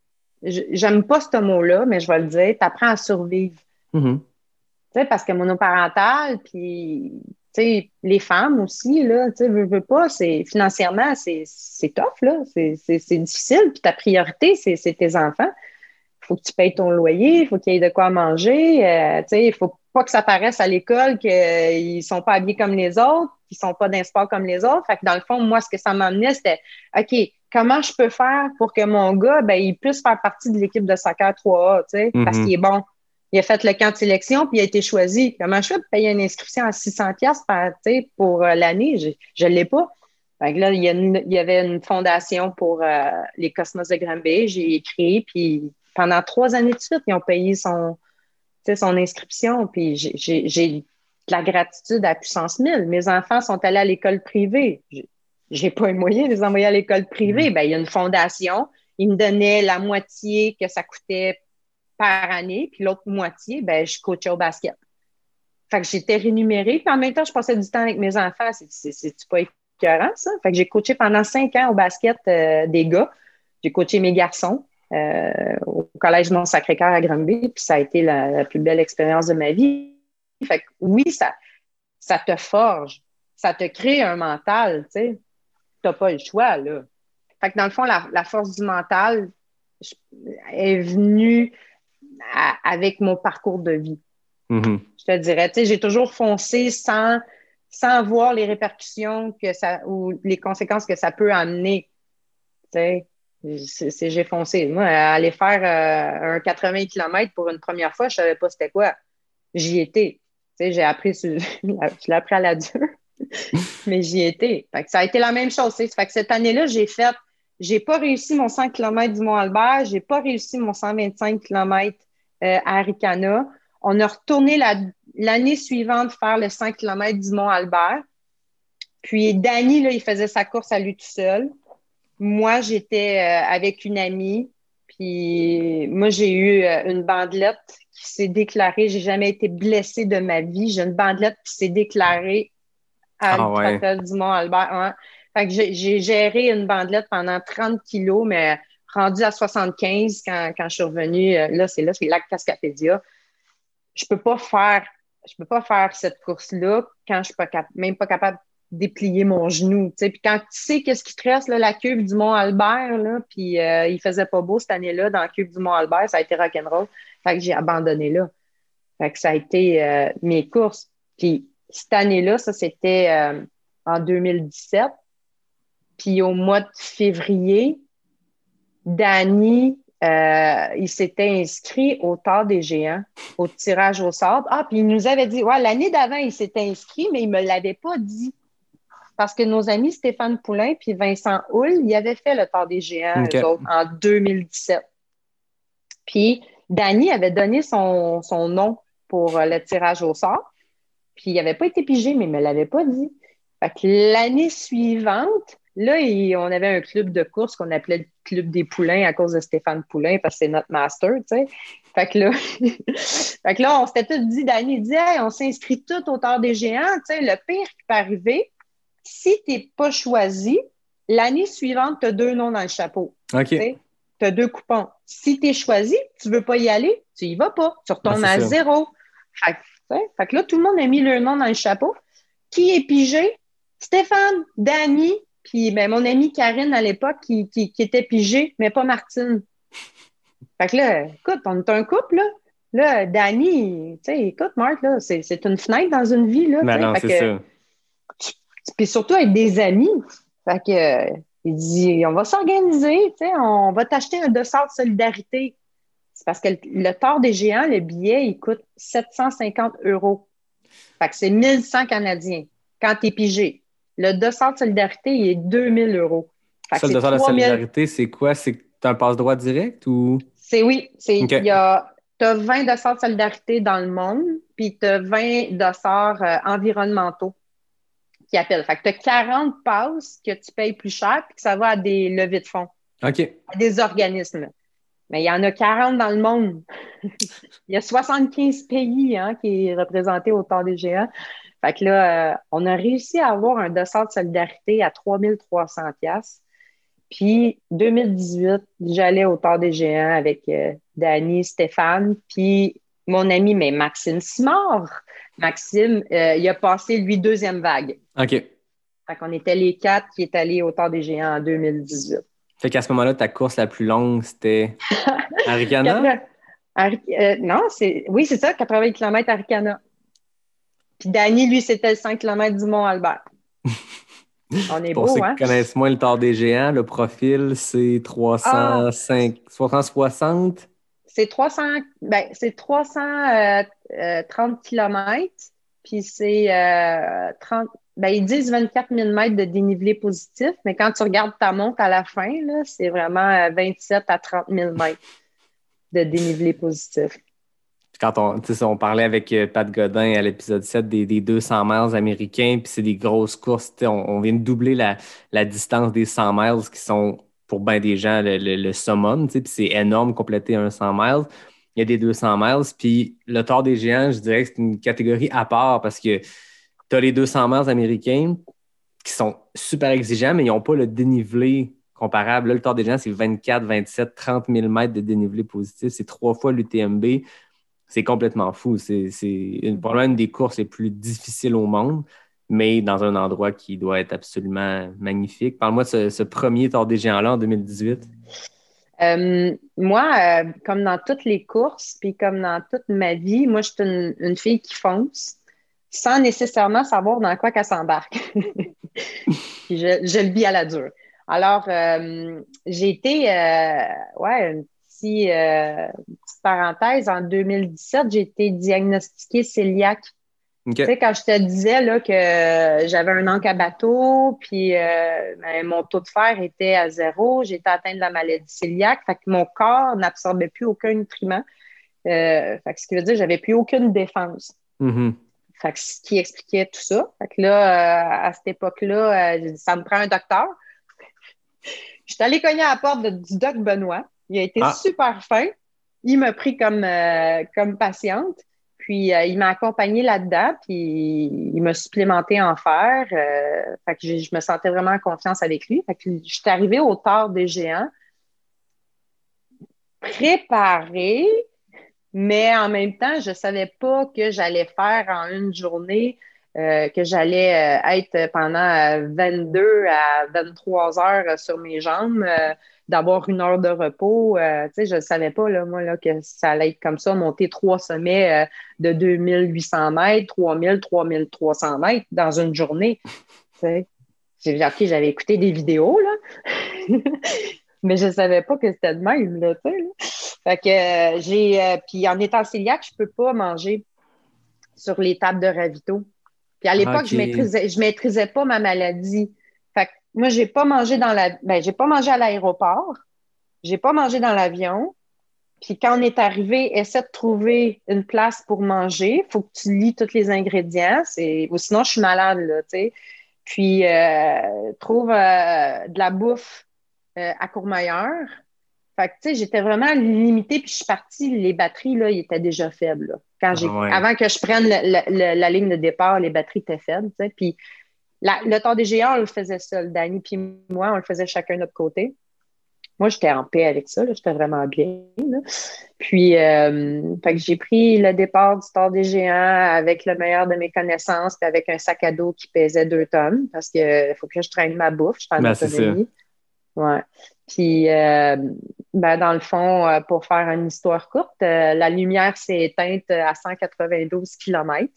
j'aime pas ce mot-là, mais je vais le dire, tu apprends à survivre. Mm-hmm. Tu sais, parce que monoparental, puis, tu sais, les femmes aussi, là, tu sais, veux, veux pas, c'est, financièrement, c'est, c'est tough, là, c'est, c'est, c'est difficile, puis ta priorité, c'est, c'est tes enfants. Il faut que tu payes ton loyer, il faut qu'il y ait de quoi manger, euh, tu sais, il faut pas que ça paraisse à l'école qu'ils sont pas habillés comme les autres, qu'ils sont pas d'un sport comme les autres. Fait que dans le fond, moi, ce que ça m'amenait, c'était, OK, comment je peux faire pour que mon gars, ben, il puisse faire partie de l'équipe de soccer trois A, tu sais, mm-hmm. parce qu'il est bon. Il a fait le camp de sélection, puis il a été choisi. Comment je fais pour payer une inscription à six cents dollars par, tu sais, pour euh, l'année? Je ne l'ai pas. Fait que là, il y, a une, il y avait une fondation pour euh, les Cosmos de Granby. J'ai écrit, puis pendant trois années de suite, ils ont payé son, tu sais, son inscription. Puis j'ai, j'ai, j'ai de la gratitude à puissance mille. Mes enfants sont allés à l'école privée. J'ai, j'ai pas les moyens de les envoyer à l'école privée. Ben, il y a une fondation. Ils me donnaient la moitié que ça coûtait par année, puis l'autre moitié, ben, je coachais au basket. Fait que j'étais rémunérée, puis en même temps, je passais du temps avec mes enfants. C'est, c'est, c'est pas écœurant, ça? Fait que j'ai coaché pendant cinq ans au basket euh, des gars. J'ai coaché mes garçons euh, au Collège Mont-Sacré-Cœur à Granby, puis ça a été la, la plus belle expérience de ma vie. Fait que oui, ça, ça te forge, ça te crée un mental, tu sais. T'as pas le choix, là. Fait que dans le fond, la, la force du mental je, est venue à, avec mon parcours de vie. Mm-hmm. Je te dirais, tu sais, j'ai toujours foncé sans, sans voir les répercussions que ça, ou les conséquences que ça peut amener. Tu sais, c'est, c'est, j'ai foncé. Moi, aller faire euh, un quatre-vingts kilomètres pour une première fois, je savais pas c'était quoi. J'y étais. Tu sais, j'ai appris, sur, je l'ai appris à la dure, mais j'y étais. Fait que ça a été la même chose. Tu sais. Fait que cette année-là, j'ai fait, j'ai pas réussi mon cent kilomètres du Mont-Albert, j'ai pas réussi mon cent vingt-cinq kilomètres euh, à Arikana. On a retourné la, l'année suivante faire le cent kilomètres du Mont-Albert. Puis Danny, là, il faisait sa course à lui tout seul. Moi, j'étais euh, avec une amie. Puis moi, j'ai eu euh, une bandelette qui s'est déclarée. J'ai jamais été blessée de ma vie. J'ai une bandelette qui s'est déclarée à ah, l'Ultra-Trail du Mont-Albert. Ouais. Fait que j'ai, j'ai géré une bandelette pendant trente kilos, mais rendue à soixante-quinze quand, quand je suis revenue. Là, c'est là, c'est Lac Cascapédia. Je peux pas faire, je peux pas faire cette course-là quand je suis pas cap- même pas capable de déplier mon genou. T'sais. Puis quand tu sais qu'est-ce qui te reste, là, la cuve du Mont-Albert, là, puis euh, il faisait pas beau cette année-là dans la cuve du Mont-Albert, ça a été rock'n'roll. Fait que j'ai abandonné là. Fait que ça a été euh, mes courses. Puis cette année-là, ça c'était euh, en deux mille dix-sept. Puis au mois de février, Danny, euh, il s'était inscrit au Tard des Géants, au tirage au sort. Ah, puis il nous avait dit, ouais, l'année d'avant, il s'était inscrit, mais il me l'avait pas dit. Parce que nos amis Stéphane Poulain puis Vincent Houle, ils avaient fait le Tard des Géants, okay. Eux autres, en deux mille dix-sept. Puis Danny avait donné son, son nom pour le tirage au sort. Puis il n'avait pas été pigé, mais il me l'avait pas dit. Fait que l'année suivante, là, il, on avait un club de course qu'on appelait le Club des Poulains à cause de Stéphane Poulain, parce que c'est notre master, tu sais. Fait que là, fait que là on s'était tous dit, Danny, il dit, hey, on s'inscrit tous au Tard des Géants, tu sais, le pire qui peut arriver, si tu n'es pas choisi, l'année suivante, tu as deux noms dans le chapeau. OK. Tu as deux coupons. Si tu es choisi, tu ne veux pas y aller, tu y vas pas. Tu retournes ah, à ça. Zéro. Fait que, fait que là, tout le monde a mis leur nom dans le chapeau. Qui est pigé? Stéphane, Danny, puis ben, mon amie Karine à l'époque qui, qui, qui était pigée, mais pas Martine. Fait que là, écoute, on est un couple, là. Là, Danny, tu sais, écoute, Marc, là, c'est, c'est une fenêtre dans une vie, là. Ben non, fait c'est que, ça. Puis surtout avec des amis. Fait que, euh, il dit, on va s'organiser, tu sais, on va t'acheter un dossard de solidarité. C'est parce que le, le Tard des Géants, le billet, il coûte sept cent cinquante euros. Fait que c'est mille cent canadiens quand t'es pigé. Le dossard de solidarité, il est deux mille euros. Fait ça, le dossard de solidarité, c'est quoi? C'est que tu as un passe-droit direct ou? C'est oui. C'est, okay. y a, t'as vingt dossards de solidarité dans le monde, puis t'as vingt dossards euh, environnementaux qui appellent. Fait que t'as quarante passes que tu payes plus cher, puis que ça va à des levées de fonds. OK. À des organismes. Mais il y en a quarante dans le monde. Il y a soixante-quinze pays hein, qui est représenté au Tard des Géants. Fait que là, euh, on a réussi à avoir un dossard de solidarité à trois mille trois cents dollars. Puis, deux mille dix-huit, j'allais au Tard des Géants avec euh, Danny, Stéphane, puis mon ami, mais Maxime Simard. Maxime, euh, il a passé, lui, deuxième vague. OK. Fait qu'on était les quatre qui est allés au Tard des Géants en deux mille dix-huit. Fait qu'à ce moment-là, ta course la plus longue, c'était Arikana? euh, non, c'est oui, c'est ça, quatre-vingts kilomètres Arikana. Puis Danny, lui, c'était le cent kilomètres du Mont-Albert. On est Pour beau, ceux hein? qui connaissent moins le Tard des Géants, le profil, c'est trois cent cinq, ah, trois cent soixante? C'est trois cents, ben, c'est trois cent trente kilomètres, puis c'est euh, trente, ben, ils disent vingt-quatre mille mètres de dénivelé positif, mais quand tu regardes ta montre à la fin, là, c'est vraiment vingt-sept à trente mille mètres de dénivelé positif. Quand on, tu sais, on parlait avec euh, Pat Godin à l'épisode sept des, des deux cents miles américains, puis c'est des grosses courses. Tu sais, On, on vient de doubler la, la distance des cent miles qui sont, pour bien des gens, le, le, le summum. Tu sais, Puis c'est énorme compléter un cent miles. Il y a des deux cents miles. Puis le Tour des Géants, je dirais que c'est une catégorie à part parce que tu as les deux cents miles américains qui sont super exigeants, mais ils n'ont pas le dénivelé comparable. Là, le Tour des Géants, c'est vingt-quatre, vingt-sept, trente mille mètres de dénivelé positif. C'est trois fois l'U T M B. C'est complètement fou. C'est, c'est une, probablement une des courses les plus difficiles au monde, mais dans un endroit qui doit être absolument magnifique. Parle-moi de ce, ce premier Tour des Géants-là en deux mille dix-huit. Euh, moi, euh, comme dans toutes les courses, puis comme dans toute ma vie, moi, je suis une, une fille qui fonce sans nécessairement savoir dans quoi qu'elle s'embarque. Puis je, je le vis à la dure. Alors, euh, j'ai été, euh, ouais, une petite, euh, petite parenthèse, en deux mille dix-sept, j'ai été diagnostiquée cœliaque. Okay. Tu sais, quand je te disais là, que j'avais un encre à bateau, puis euh, ben, mon taux de fer était à zéro, j'étais atteinte de la maladie cœliaque, fait que mon corps n'absorbait plus aucun nutriment. Euh, fait que ce qui veut dire que j'avais plus aucune défense. Mm-hmm. Fait que ce qui expliquait tout ça. Fait que là, euh, à cette époque-là, euh, j'ai dit, ça me prend un docteur. Je suis allée cogner à la porte de, du doc Benoît. Il a été ah. super fin. Il m'a pris comme, euh, comme patiente. Puis, euh, il m'a accompagnée là-dedans. Puis, il m'a supplémenté en fer. Euh, fait que je, je me sentais vraiment en confiance avec lui. Fait que je suis arrivée au Tour des Géants préparée, mais en même temps, je ne savais pas que j'allais faire en une journée, euh, que j'allais euh, être pendant vingt-deux à vingt-trois heures sur mes jambes, euh, d'avoir une heure de repos. Euh, tu sais, je ne savais pas, là, moi, là, que ça allait être comme ça, monter trois sommets euh, de deux mille huit cents mètres, trois mille, trois mille trois cents mètres dans une journée. Tu sais, j'ai dit, OK, j'avais écouté des vidéos, là. Mais je ne savais pas que c'était de même, là, tu sais. Là. Fait que euh, j'ai... Euh, puis en étant cœliaque, je ne peux pas manger sur les tables de ravito. Puis à l'époque, okay. je maîtrisais, je maîtrisais pas ma maladie. Fait que moi, j'ai pas mangé dans la... Ben, j'ai pas mangé à l'aéroport. J'ai pas mangé dans l'avion. Puis quand on est arrivé, essaie de trouver une place pour manger. Il faut que tu lis tous les ingrédients. C'est... Ou sinon, je suis malade, là, tu sais. Puis euh, trouve euh, de la bouffe Euh, à Courmayeur. Fait que, tu sais, j'étais vraiment limitée, puis je suis partie, les batteries, là, ils étaient déjà faibles, là. Quand j'ai, ah ouais. Avant que je prenne le, le, le, la ligne de départ, les batteries étaient faibles, tu sais. Puis la, le Tour des Géants, on le faisait seul. Dani puis moi, on le faisait chacun de notre côté. Moi, j'étais en paix avec ça, là. J'étais vraiment bien, là. Puis, euh, fait que j'ai pris le départ du Tour des Géants avec le meilleur de mes connaissances, puis avec un sac à dos qui pesait deux tonnes, parce que faut que je traîne ma bouffe, je suis en ben, autonomie. Ouais. Puis, euh, ben, dans le fond, euh, pour faire une histoire courte, euh, la lumière s'est éteinte à cent quatre-vingt-douze kilomètres.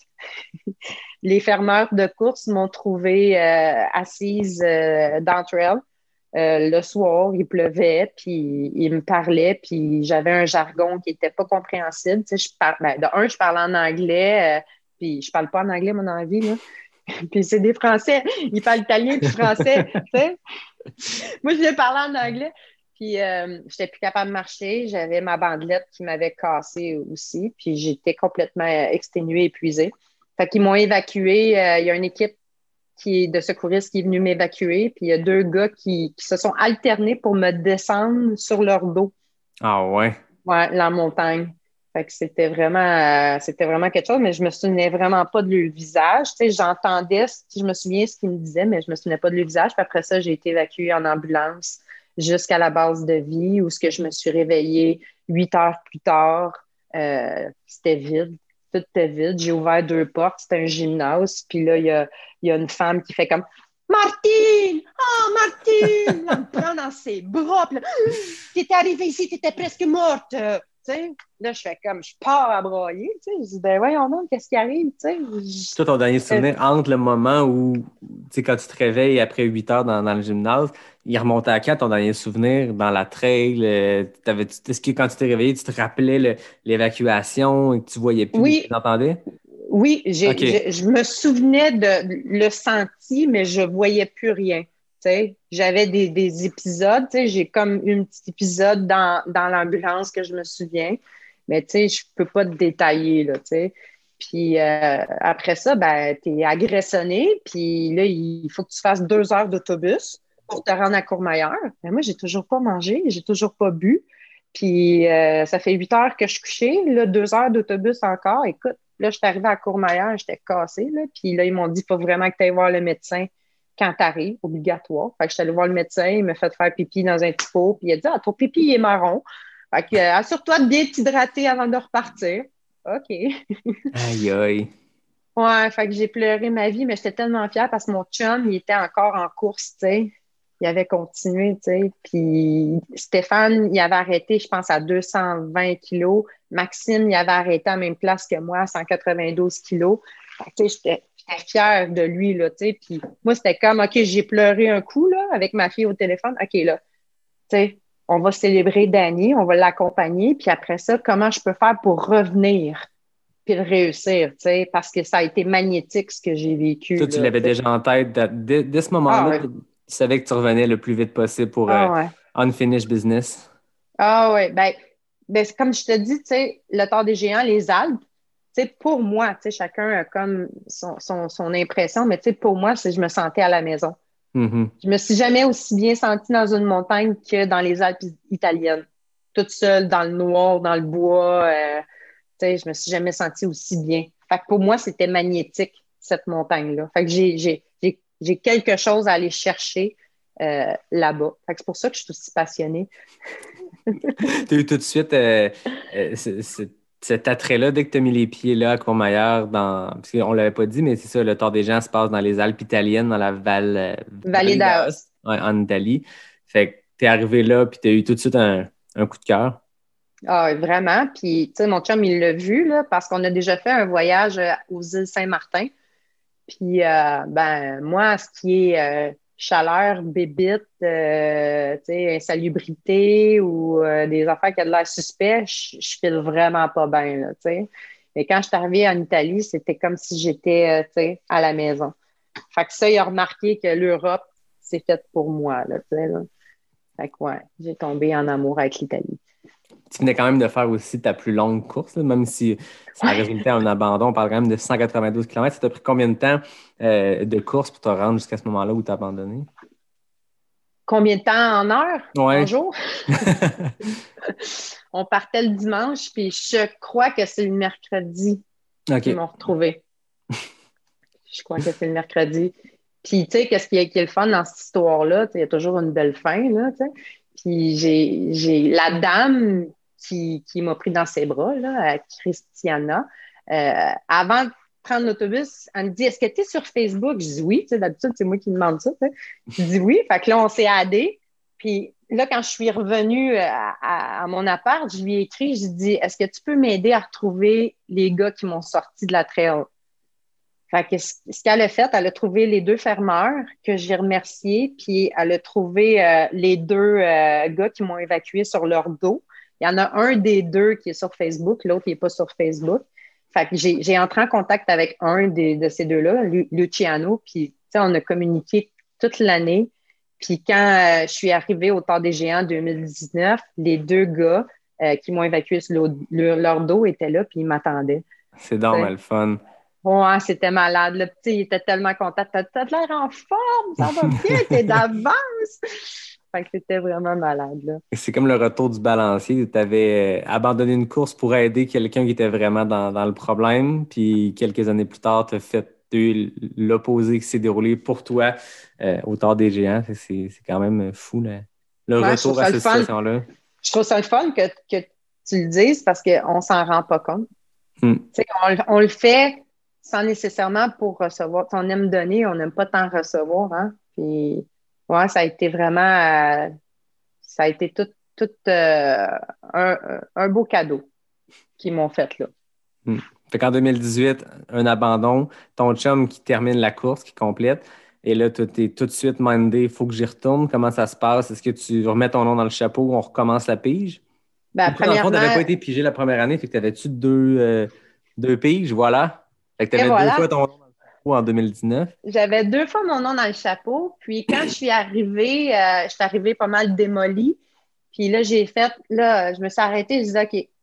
Les fermeurs de course m'ont trouvée euh, assise euh, d'entre elles. Euh, le soir, il pleuvait, puis ils me parlaient, puis j'avais un jargon qui n'était pas compréhensible. Tu sais, je par... ben, de un, je parlais en anglais, euh, puis je parle pas en anglais, mon envie, là. Puis c'est des Français, ils parlent italien puis français, tu sais. Moi, je voulais parler en anglais. Puis, euh, j'étais plus capable de marcher. J'avais ma bandelette qui m'avait cassée aussi. Puis, j'étais complètement exténuée, épuisée. Fait qu'ils m'ont évacuée. Euh, il y a une équipe qui est de secouristes qui est venue m'évacuer. Puis, il y a deux gars qui, qui se sont alternés pour me descendre sur leur dos. Ah ouais? Ouais, la montagne. Fait que c'était vraiment, euh, c'était vraiment quelque chose, mais je me souvenais vraiment pas de leur visage. Tu sais, j'entendais, je me souviens ce qu'ils me disaient, mais je me souvenais pas de leur visage. Puis après ça, j'ai été évacuée en ambulance jusqu'à la base de vie, où ce que je me suis réveillée huit heures plus tard. Euh, c'était vide, tout était vide. J'ai ouvert deux portes, c'était un gymnase. Puis là, il y a, y a une femme qui fait comme « Martine! Oh, Martine! » Elle me prend dans ses bras. Puis là, « T'étais arrivée ici, t'étais presque morte. » T'sais, là, je fais comme, je pars à broyer, tu sais, je dis, ben voyons donc, qu'est-ce qui arrive, tu sais. Je... Toi, ton dernier souvenir, euh... entre le moment où, tu sais, quand tu te réveilles après huit heures dans, dans le gymnase, il remontait à quand ton dernier souvenir dans la trail? Euh, est-ce que quand tu t'es réveillé, tu te rappelais le, l'évacuation et que tu voyais plus, oui. Tu entendais? Oui, j'ai, okay. je, je me souvenais de le senti, mais je voyais plus rien. T'sais, j'avais des, des épisodes, j'ai comme eu un petit épisode dans, dans l'ambulance que je me souviens, Mais tu sais, je peux pas te détailler, là, tu sais. Puis euh, après ça, ben, tu es agressonné, puis là, il faut que tu fasses deux heures d'autobus pour te rendre à Courmayeur. Mais moi, j'ai toujours pas mangé, j'ai toujours pas bu. Puis euh, ça fait huit heures que je suis couchée, là, deux heures d'autobus encore. Écoute, là, je suis arrivée à Courmayeur, j'étais cassée, là. Puis là, ils m'ont dit, il faut vraiment que tu ailles voir le médecin quand tu arrives, obligatoire. Fait que je suis allée voir le médecin, il m'a fait faire pipi dans un petit pot, puis il a dit, ah, ton pipi il est marron. Fait que euh, assure-toi de bien t'hydrater avant de repartir. OK. Aïe, aïe. Ouais, fait que j'ai pleuré ma vie, mais j'étais tellement fière parce que mon chum, il était encore en course, tu sais. Il avait continué, tu sais. Puis Stéphane, il avait arrêté, je pense, à deux cent vingt kilos. Maxime, il avait arrêté à la même place que moi, à cent quatre-vingt-douze kilos. Fait que, tu sais, j'étais, j'étais fière de lui, là, tu sais. Puis moi, c'était comme, OK, j'ai pleuré un coup, là, avec ma fille au téléphone. OK, là, tu sais, on va célébrer Dany, on va l'accompagner. Puis après ça, comment je peux faire pour revenir puis le réussir, tu sais, parce que ça a été magnétique ce que j'ai vécu. Toi, tu là, l'avais t'sais. déjà en tête. Dès, dès ce moment-là, Ah ouais. tu savais que tu revenais le plus vite possible pour euh, Ah ouais. unfinished business. Ah ouais. Ben, ben, c'est comme je te dis, tu sais, le Tour des Géants, les Alpes, tu sais, pour moi, tu sais, chacun a comme son, son, son impression, mais tu sais, pour moi, c'est je me sentais à la maison. Mm-hmm. Je me suis jamais aussi bien sentie dans une montagne que dans les Alpes italiennes. Toute seule, dans le noir, dans le bois. Euh, tu sais, je me suis jamais sentie aussi bien. Fait que pour moi, c'était magnétique, cette montagne-là. Fait que j'ai, j'ai, j'ai, j'ai quelque chose à aller chercher euh, là-bas. Fait que c'est pour ça que je suis aussi passionnée. Tu as eu tout de suite euh, euh, ce- ce- cet attrait-là dès que tu as mis les pieds là à Courmayeur, dans... parce qu'on ne l'avait pas dit, mais c'est ça, le Tour des Géants se passe dans les Alpes italiennes, dans la Val... euh, Vallée d'Aoste. ouais, en Italie. Fait que tu es arrivé là, puis tu as eu tout de suite un, un coup de cœur. Ah, vraiment. Puis, tu sais, mon chum, il l'a vu, là, parce qu'on a déjà fait un voyage euh, aux îles Saint-Martin. Puis, euh, ben, moi, ce qui est euh, chaleur, bébite, euh, tu sais, insalubrité ou euh, des affaires qui ont de l'air suspect, je, je file vraiment pas bien, là, tu sais. Mais quand je suis arrivée en Italie, c'était comme si j'étais, euh, tu sais, à la maison. Fait que ça, il a remarqué que l'Europe, c'est fait pour moi, là, tu sais, là. Fait que, ouais, j'ai tombé en amour avec l'Italie. Tu venais quand même de faire aussi ta plus longue course, là, même si ça a résulté en abandon. On parle quand même de cent quatre-vingt-douze kilomètres. Ça t'a pris combien de temps euh, de course pour te rendre jusqu'à ce moment-là où tu as abandonné? Combien de temps en heure? Ouais. En jour? On partait le dimanche, puis je crois que c'est le mercredi OK. qu'ils m'ont retrouvé. Je crois que c'est le mercredi. Puis, tu sais, qu'est-ce qui est, qui est le fun dans cette histoire-là? Il y a toujours une belle fin, là, tu sais. Puis, j'ai, j'ai la dame qui, qui m'a pris dans ses bras, là, Christiana. Euh, avant de prendre l'autobus, elle me dit, est-ce que tu es sur Facebook? Je dis oui. Tu sais, d'habitude, c'est moi qui demande ça. Tu sais. Je dis oui. Fait que là, on s'est addés. Puis là, quand je suis revenue à, à, à mon appart, je lui ai écrit, je lui ai dit, est-ce que tu peux m'aider à retrouver les gars qui m'ont sorti de la trail? Fait que ce qu'elle a fait, elle a trouvé les deux fermeurs que j'ai remerciés, puis elle a trouvé euh, les deux euh, gars qui m'ont évacué sur leur dos. Il y en a un des deux qui est sur Facebook, l'autre n'est pas sur Facebook. Fait que j'ai, j'ai entré en contact avec un des, de ces deux-là, Luciano, puis on a communiqué toute l'année. Puis quand euh, je suis arrivée au Tour des Géants deux mille dix-neuf, les deux gars euh, qui m'ont évacué sur leur, leur dos étaient là, puis ils m'attendaient. C'est dommage le fun. Ouais, c'était malade. Le petit, il était tellement content. T'as, t'as l'air en forme, ça va bien, t'es d'avance. Fait que c'était vraiment malade, là. C'est comme le retour du balancier. Tu avais abandonné une course pour aider quelqu'un qui était vraiment dans, dans le problème. Puis quelques années plus tard, tu as fait l'opposé qui s'est déroulé pour toi euh, au Tour des Géants. C'est, c'est quand même fou, là. Le Ouais, retour à cette situation-là. Je trouve ça le fun que, que tu le dises parce qu'on s'en rend pas compte. Hmm. On, on le fait sans nécessairement pour recevoir. On aime donner, on n'aime pas tant recevoir. Hein? Puis, ouais, ça a été vraiment, euh, ça a été tout, tout euh, un, un beau cadeau qu'ils m'ont fait là. Hmm. Fait qu'en deux mille dix-huit, un abandon, ton chum qui termine la course, qui complète, et là, tu es tout de suite mindé, il faut que j'y retourne. Comment ça se passe? Est-ce que tu remets ton nom dans le chapeau, on recommence la pige? Ben, Dans le fond, tu n'avais pas été pigé la première année, fait que tu avais-tu deux, euh, deux piges, voilà. Fait que tu avais deux voilà. fois ton nom dans le chapeau en deux mille dix-neuf. J'avais deux fois mon nom dans le chapeau. Puis quand je suis arrivée, euh, je suis arrivée pas mal démolie. Puis là, j'ai fait, là, je me suis arrêtée, je disais, OK,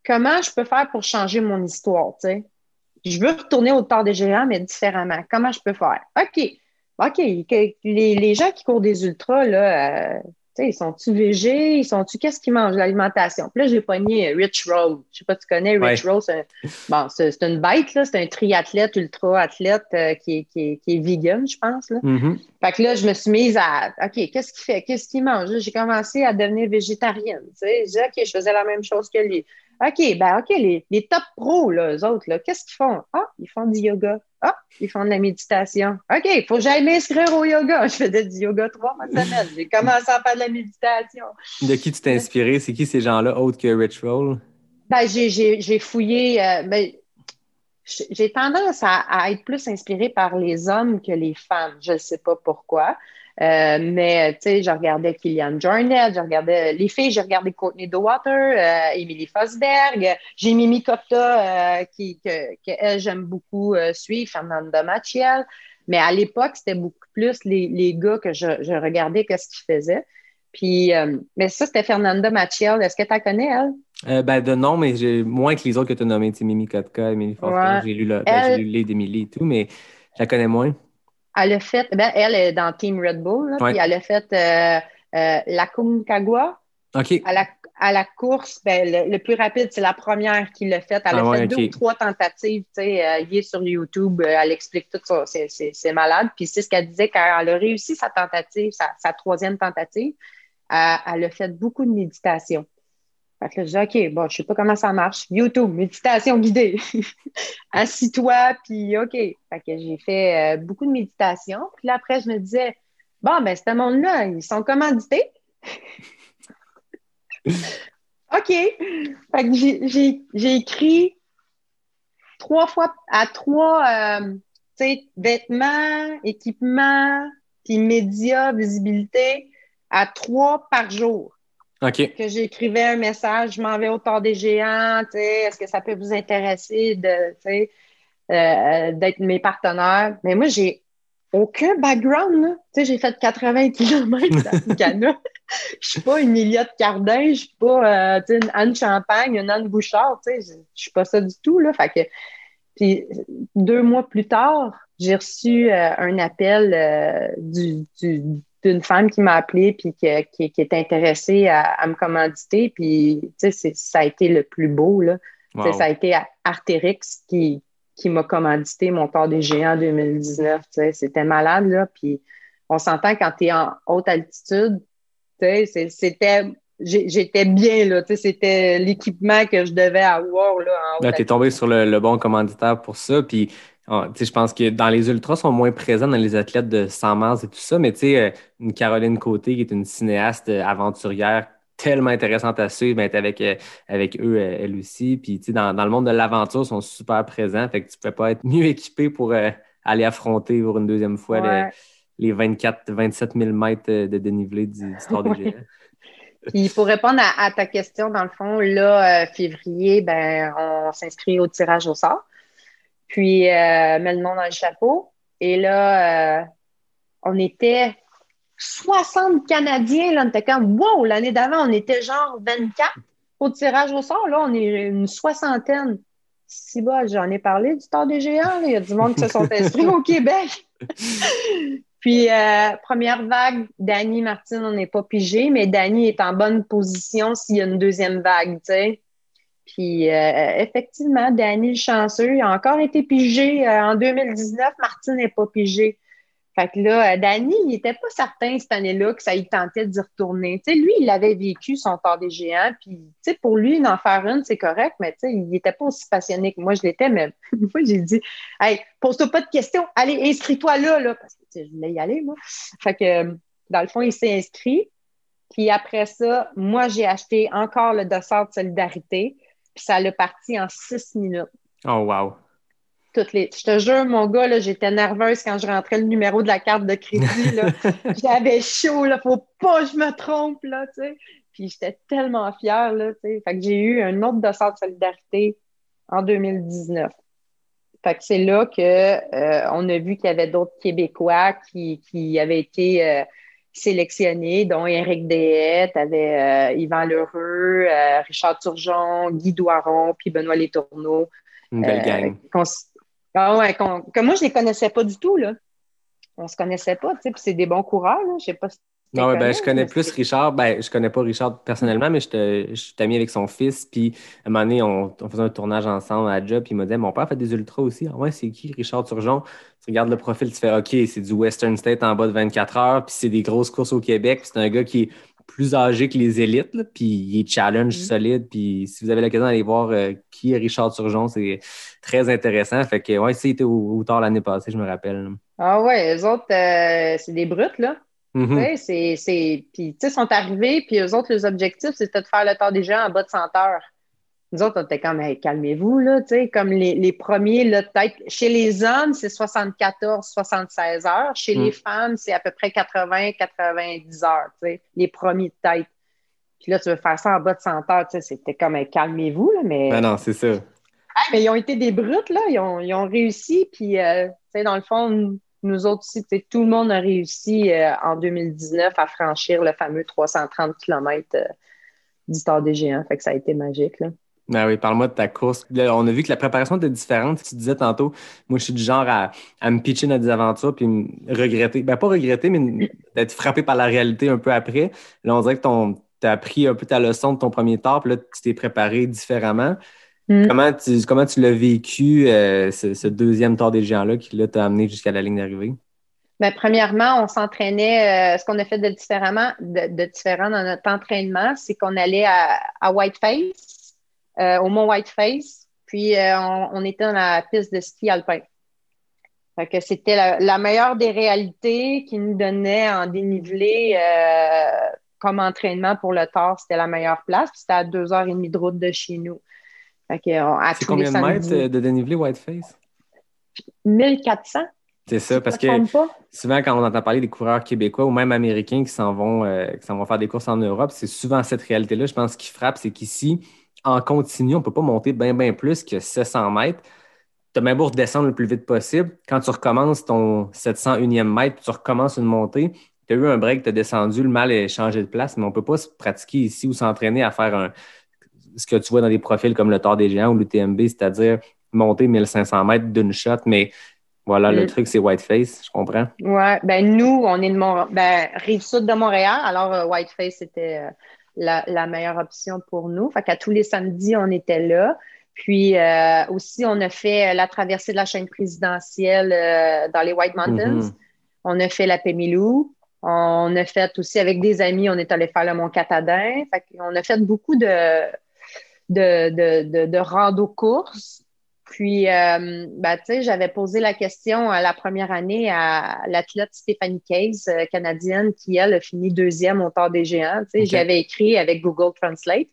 comment je peux faire pour changer mon histoire, tu sais? Je veux retourner au temps des géants, mais différemment. Comment je peux faire? OK. OK. Que- les, les gens qui courent des ultras, là, euh, tu sais, ils sont-tu végés? Ils sont-tu, qu'est-ce qu'ils mangent? L'alimentation. Puis là, j'ai pogné Rich Roll. Je sais pas si tu connais Rich Ouais. Roll. C'est un- bon, c'est, c'est une bête, là. C'est un triathlète, ultra-athlète euh, qui, est, qui, est, qui est vegan, je pense, là. Mhm. Fait que là, je me suis mise à, OK, qu'est-ce qu'il fait? Qu'est-ce qu'il mange? Là, j'ai commencé à devenir végétarienne. Tu sais, j'ai dit, OK, je faisais la même chose que lui. OK, ben, OK, les, les top pros, là, eux autres, là, qu'est-ce qu'ils font? Ah, ils font du yoga. Ah, ils font de la méditation. OK, il faut que j'aille m'inscrire au yoga. Je faisais du yoga trois fois semaine. J'ai commencé à faire de la méditation. De qui tu t'es inspiré? C'est qui ces gens-là, autres que Rich Roll? Ben, j'ai, j'ai, j'ai fouillé, euh, ben, j'ai tendance à, à être plus inspirée par les hommes que les femmes. Je ne sais pas pourquoi. Euh, mais, tu sais, je regardais Kylian Jornet, je regardais les filles, j'ai regardé Courtney Dauwalter, euh, Emily Fosberg, j'ai Mimi Kopta, euh, qui, que, que elle, j'aime beaucoup euh, suivre, Fernanda Machiel. Mais à l'époque, c'était beaucoup plus les, les gars que je, je regardais, qu'est-ce qu'ils faisaient. Puis, euh, mais ça, c'était Fernanda Machiel. Est-ce que tu la connais, elle? Euh, ben, de nom, mais j'ai moins que les autres que tu as nommés, tu sais, Mimi Kotka, Emily Foster. Ouais. J'ai lu, le, ben, j'ai lu Elle, le livre d'Emily et tout, mais je la connais moins. Elle a fait, ben, elle est dans Team Red Bull, là, puis Ouais. elle a fait euh, euh, la Concagua. OK. À la, à la course, ben, le, le plus rapide, c'est la première qui l'a fait. Elle Ah a ouais, fait OK. deux ou trois tentatives. Tu sais, euh, il est sur YouTube, euh, elle explique tout ça. C'est, c'est, c'est malade. Puis c'est ce qu'elle disait quand elle a réussi sa tentative, sa, sa troisième tentative. Euh, elle a fait beaucoup de méditation. Fait que là, je dis, OK, bon, je sais pas comment ça marche. YouTube, méditation guidée. Assis-toi, puis OK. Fait que j'ai fait euh, beaucoup de méditation. Puis là, après, je me disais, bon, ben, ce monde-là, ils sont commandités. OK. Fait que j'ai, j'ai, j'ai écrit trois fois à trois, euh, tu sais, vêtements, équipements, puis médias, visibilité, à trois par jour. OK. Que j'écrivais un message, je m'en vais au Temps des Géants, tu sais, est-ce que ça peut vous intéresser de, tu sais, euh, d'être mes partenaires? Mais moi, j'ai aucun background, là. Tu sais, j'ai fait quatre-vingts kilomètres à Ghana. Je suis pas une Eliott Cardin, je suis pas, euh, tu sais, une Anne Champagne, une Anne Bouchard, tu sais, je, je suis pas ça du tout, là. Fait que, puis deux mois plus tard, j'ai reçu euh, un appel euh, du, du d'une femme qui m'a appelée puis qui, qui, qui est intéressée à, à me commanditer. Puis, tu sais, ça a été le plus beau, là. Wow. Tu sais, ça a été Artérix qui, qui m'a commandité mon Tour des Géants en deux mille dix-neuf. Tu sais, c'était malade, là. Puis, on s'entend quand tu es en haute altitude, tu sais, c'était... J'étais bien, là. Tu sais, c'était l'équipement que je devais avoir, là, en haute Là, tu es tombé sur le, le bon commanditaire pour ça. Puis, oh, tu sais, je pense que dans les ultras, ils sont moins présents dans les athlètes de cent miles et tout ça. Mais tu sais, euh, une Caroline Côté, qui est une cinéaste euh, aventurière tellement intéressante à suivre, ben, elle est avec, euh, avec eux, euh, elle aussi. Puis, tu sais, dans, dans le monde de l'aventure, ils sont super présents. Fait que tu ne peux pas être mieux équipé pour euh, aller affronter pour une deuxième fois Ouais. le- les vingt-quatre, vingt-sept mille mètres de dénivelé du, du Tour des Ouais. Géants. Puis pour répondre à, à ta question, dans le fond, là, euh, février, ben, on s'inscrit au tirage au sort. Puis, euh, met le nom dans le chapeau. Et là, euh, on était soixante Canadiens. Là, on était comme, wow, l'année d'avant, on était genre vingt-quatre au tirage au sort. Là, on est une soixantaine. Si bas, j'en ai parlé du Tour des Géants. Là. Il y a du monde qui se sont inscrits au Québec. Puis, euh, première vague, Dany Martin, on n'est pas pigé, mais Dany est en bonne position s'il y a une deuxième vague, tu sais. Puis, euh, effectivement, Dany, le chanceux, il a encore été pigé euh, en deux mille dix-neuf. Martin n'est pas pigé. Fait que là, euh, Dany, il n'était pas certain cette année-là que ça y tentait d'y retourner. Tu sais, lui, il avait vécu son Tour des Géants, puis, tu sais, pour lui, d'en faire une, c'est correct, mais tu sais, il n'était pas aussi passionné que moi, je l'étais, mais une fois, j'ai dit, hey, pose-toi pas de questions, allez, inscris-toi là, là, parce que, tu sais, je voulais y aller, moi. Fait que, dans le fond, il s'est inscrit, puis après ça, moi, j'ai acheté encore le dossard de solidarité, puis ça l'a parti en six minutes. Oh, wow. Toutes les... Je te jure, mon gars, là, j'étais nerveuse quand je rentrais le numéro de la carte de crédit. Là. J'avais chaud, là, faut pas que je me trompe, là, tu sais. Puis j'étais tellement fière, là, tu sais. Fait que j'ai eu un autre dossard de solidarité en deux mille dix-neuf. Fait que c'est là que euh, on a vu qu'il y avait d'autres Québécois qui, qui avaient été euh, sélectionnés, dont Éric Deshaies, tu avais euh, Yvan Lheureux, euh, Richard Turgeon, Guy Doiron, puis Benoît Letourneau. Une belle euh, gang. qu'on, ah ouais, qu'on, que moi, je les connaissais pas du tout, là. On se connaissait pas, tu sais, puis c'est des bons coureurs, là. Je sais pas si tu Non, ouais, connais, ben, je connais mais plus c'est... Richard. Ben, je connais pas Richard personnellement, mais je te- je suis ami avec son fils. Puis, à un moment donné, on, on faisait un tournage ensemble à la job. Puis, il m'a dit, mon père fait des ultras aussi. Ah ouais, c'est qui, Richard Turgeon? Tu regardes le profil, tu fais, OK, c'est du Western State en bas de vingt-quatre heures. Puis, c'est des grosses courses au Québec. Puis, c'est un gars qui est plus âgé que les élites. Là, puis, il est challenge Mm. solide. Puis, si vous avez l'occasion d'aller voir euh, qui est Richard Turgeon, c'est très intéressant. Fait que, ouais, ça, il était au, au tard l'année passée, je me rappelle. Là. Ah ouais, eux autres, euh, c'est des brutes, là. Tu Mhm. sais, c'est, c'est... Puis, tu sais, sont arrivés, puis eux autres, les objectifs, c'était de faire le Tour des Géants en bas de cent heures. Nous autres, on était comme, hey, calmez-vous, là, tu sais, comme les, les premiers, là, peut-être, chez les hommes, c'est soixante-quatorze, soixante-seize heures. Chez Mm. les femmes, c'est à peu près quatre-vingts, quatre-vingt-dix heures, tu sais, les premiers de tête. Puis là, tu veux faire ça en bas de cent heures, tu sais, c'était comme, hey, calmez-vous, là, Ben mais... non, c'est ça. Ah, mais ils ont été des brutes, là, ils ont, ils ont réussi, puis, euh, tu sais, dans le fond, nous autres aussi, tu sais, tout le monde a réussi euh, en deux mille dix-neuf à franchir le fameux trois cent trente kilomètres euh, du Tour des Géants, fait que ça a été magique, là. Ah oui, parle-moi de ta course. Là, on a vu que la préparation était différente. Tu disais tantôt, moi, je suis du genre à, à me pitcher dans des aventures puis me regretter. Ben, pas regretter, mais d'être frappé par la réalité un peu après. Là, on dirait que ton, tu as appris un peu ta leçon de ton premier Tour, puis là, tu t'es préparé différemment. Mm. Comment tu, comment tu l'as vécu, euh, ce, ce deuxième Tour des Géants-là qui, là, t'a amené jusqu'à la ligne d'arrivée? Ben, premièrement, on s'entraînait. Euh, ce qu'on a fait de différemment, de, de différent dans notre entraînement, c'est qu'on allait à, à Whiteface, euh, au mont Whiteface, puis euh, on, on était dans la piste de ski alpin. Fait que c'était la, la meilleure des réalités qui nous donnait en dénivelé euh, comme entraînement pour le Tour. C'était la meilleure place, puis c'était à deux heures et demie de route de chez nous. Fait que, on- à C'est tous les combien de mètres samedis, euh, de dénivelé Whiteface? mille quatre cents, C'est si ça, je parce ne me que trompe pas. souvent, quand on entend parler des coureurs québécois ou même américains qui s'en vont, euh, qui s'en vont faire des courses en Europe, c'est souvent cette réalité-là. Je pense ce qui frappe, c'est qu'ici, en continu, on ne peut pas monter bien, bien plus que sept cents mètres. Tu as même beau redescendre le plus vite possible. Quand tu recommences ton sept cent unième mètre, puis tu recommences une montée, tu as eu un break, tu as descendu, le mal est changé de place, mais on ne peut pas se pratiquer ici ou s'entraîner à faire un, ce que tu vois dans des profils comme le Tour des Géants ou l'U T M B, c'est-à-dire monter mille cinq cents mètres d'une shot, mais voilà, le Mm. truc, c'est Whiteface, je comprends. Ouais, ben nous, on est de Mont... ben, Rive-Sud de Montréal, alors euh, Whiteface c'était euh, la, la meilleure option pour nous. Fait qu'à tous les samedis, on était là. Puis euh, aussi, on a fait la traversée de la chaîne présidentielle euh, dans les White Mountains. Mm-hmm. On a fait la Pemilou. On a fait aussi avec des amis, on est allé faire le Mont Catadin. Fait qu'on a fait beaucoup de, de, de, de, de rando-courses. Puis, euh, ben, tu sais, j'avais posé la question euh, la première année à l'athlète Stéphanie Case, euh, canadienne, qui, elle, a fini deuxième au Tour des Géants. Tu sais, Okay. j'y avais écrit avec Google Translate.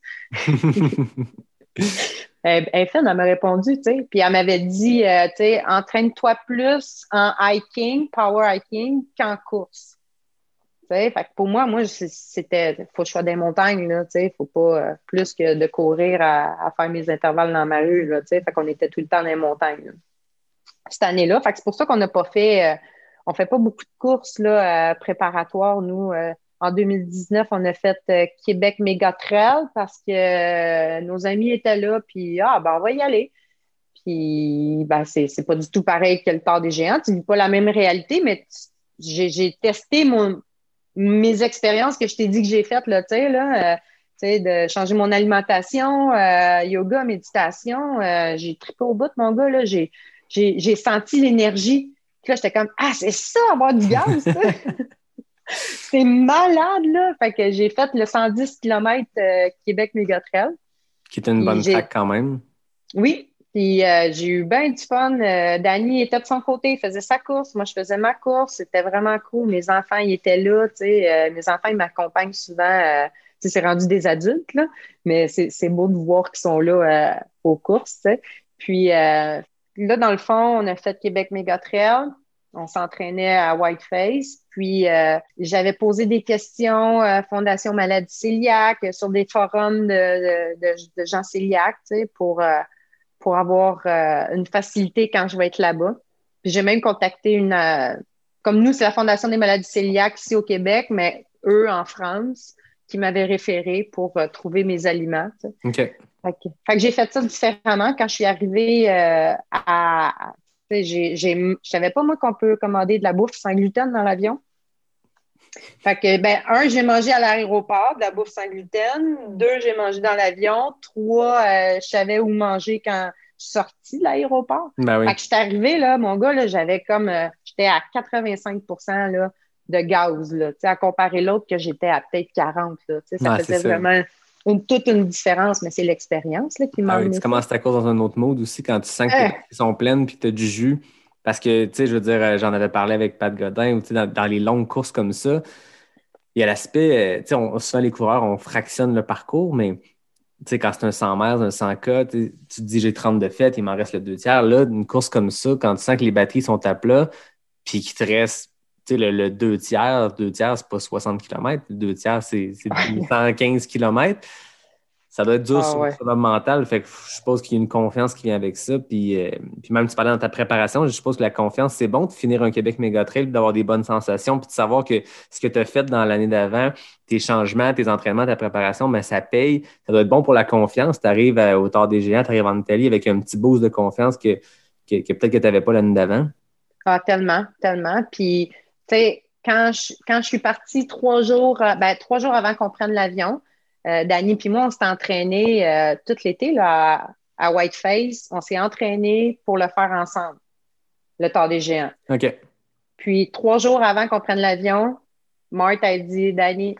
elle, elle, elle m'a répondu, tu sais. Puis, elle m'avait dit, euh, tu sais, entraîne-toi plus en hiking, power hiking, qu'en course. Fait que pour moi, moi, c'était, faut que je sois des montagnes, là, tu sais, faut pas euh, plus que de courir à, à faire mes intervalles dans ma rue, là, tu sais, fait qu'on était tout le temps dans les montagnes, là. Cette année-là, fait que c'est pour ça qu'on n'a pas fait, euh, on fait pas beaucoup de courses, là, euh, préparatoires, nous. Euh, en deux mille dix-neuf, on a fait euh, Québec Méga Trail parce que euh, nos amis étaient là, puis ah, ben, on va y aller. Puis, ben, c'est, c'est pas du tout pareil que le Tour des Géants, tu vis pas la même réalité, mais j'ai, j'ai testé mon mes expériences que je t'ai dit que j'ai faites, là, tu sais, là, euh, tu sais, de changer mon alimentation, euh, yoga, méditation, euh, j'ai trippé au bout, mon gars, là, j'ai, j'ai, j'ai senti l'énergie. Puis là, j'étais comme, ah, c'est ça, avoir du gaz, ça! C'est malade, là! Fait que j'ai fait le cent dix kilomètres euh, Québec Méga Trail. Qui est une Puis bonne j'ai... track quand même. Oui, puis euh, j'ai eu bien du fun. Euh, Danny était de son côté, il faisait sa course. Moi, je faisais ma course. C'était vraiment cool. Mes enfants, ils étaient là. Tu sais, euh, mes enfants, ils m'accompagnent souvent. Euh, tu sais, c'est rendu des adultes, là. Mais c'est, c'est beau de voir qu'ils sont là euh, aux courses, tu sais. Puis euh, là, dans le fond, on a fait Québec Méga Trail. On s'entraînait à Whiteface. Puis euh, j'avais posé des questions à euh, Fondation Maladie Cœliaque sur des forums de, de, de, de gens cœliaques, tu sais, pour... Euh, pour avoir euh, une facilité quand je vais être là-bas. Puis j'ai même contacté une, euh, comme nous, c'est la Fondation des maladies cœliaques ici au Québec, mais eux en France, qui m'avaient référé pour euh, trouver mes aliments. Tu sais. OK. Fait que, fait que j'ai fait ça différemment. Quand je suis arrivée euh, à... Tu sais, j'ai, j'ai, je savais pas, moi, qu'on peut commander de la bouffe sans gluten dans l'avion. Fait que, ben, un, j'ai mangé à l'aéroport de la bouffe sans gluten. Deux, j'ai mangé dans l'avion. Trois, euh, je savais où manger quand je suis sortie de l'aéroport. Ben oui. Fait que je suis arrivée, là, mon gars, là, j'avais comme, euh, j'étais à quatre-vingt-cinq pour cent là, de gaz, là, tu sais, à comparer l'autre que j'étais à peut-être quarante, là, tu sais, ça Ouais, faisait c'est ça. vraiment une, toute une différence, mais c'est l'expérience, là, qui m'a Ah oui, amené tu ça. commences ta course dans un autre mode aussi quand tu sens que tes Hein? batteries sont pleines puis que tu as du jus. Parce que, tu sais, je veux dire, euh, j'en avais parlé avec Pat Godin, ou tu sais, dans, dans les longues courses comme ça, il y a l'aspect, euh, tu sais, on, souvent les coureurs, on fractionne le parcours, mais tu sais, quand c'est un cent mètres, un cent K, tu sais, tu te dis j'ai trente de fête, il m'en reste le deux tiers. Là, une course comme ça, quand tu sens que les batteries sont à plat, puis qu'il te reste, tu sais, le, le deux tiers, deux tiers, c'est pas soixante kilomètres, le deux tiers, c'est, c'est deux cent quinze kilomètres. Ça doit être dur Ah sur, ouais. sur le mental. Fait que je suppose qu'il y a une confiance qui vient avec ça. Puis, euh, puis même, tu parlais dans ta préparation, je suppose que la confiance, c'est bon de finir un Québec Méga Trail, d'avoir des bonnes sensations, puis de savoir que ce que tu as fait dans l'année d'avant, tes changements, tes entraînements, ta préparation, ben, ça paye. Ça doit être bon pour la confiance. Tu arrives au Tour des Géants, tu arrives en Italie avec un petit boost de confiance que, que, que peut-être que tu n'avais pas l'année d'avant. Ah, tellement, tellement. Puis, tu sais, quand je, quand je suis partie trois jours, euh, ben, trois jours avant qu'on prenne l'avion, euh, Dani puis moi, on s'est entraînés euh, tout l'été là, à, à Whiteface. On s'est entraînés pour le faire ensemble, le Tour des Géants. OK. Puis, trois jours avant qu'on prenne l'avion, Marthe a dit, Dani,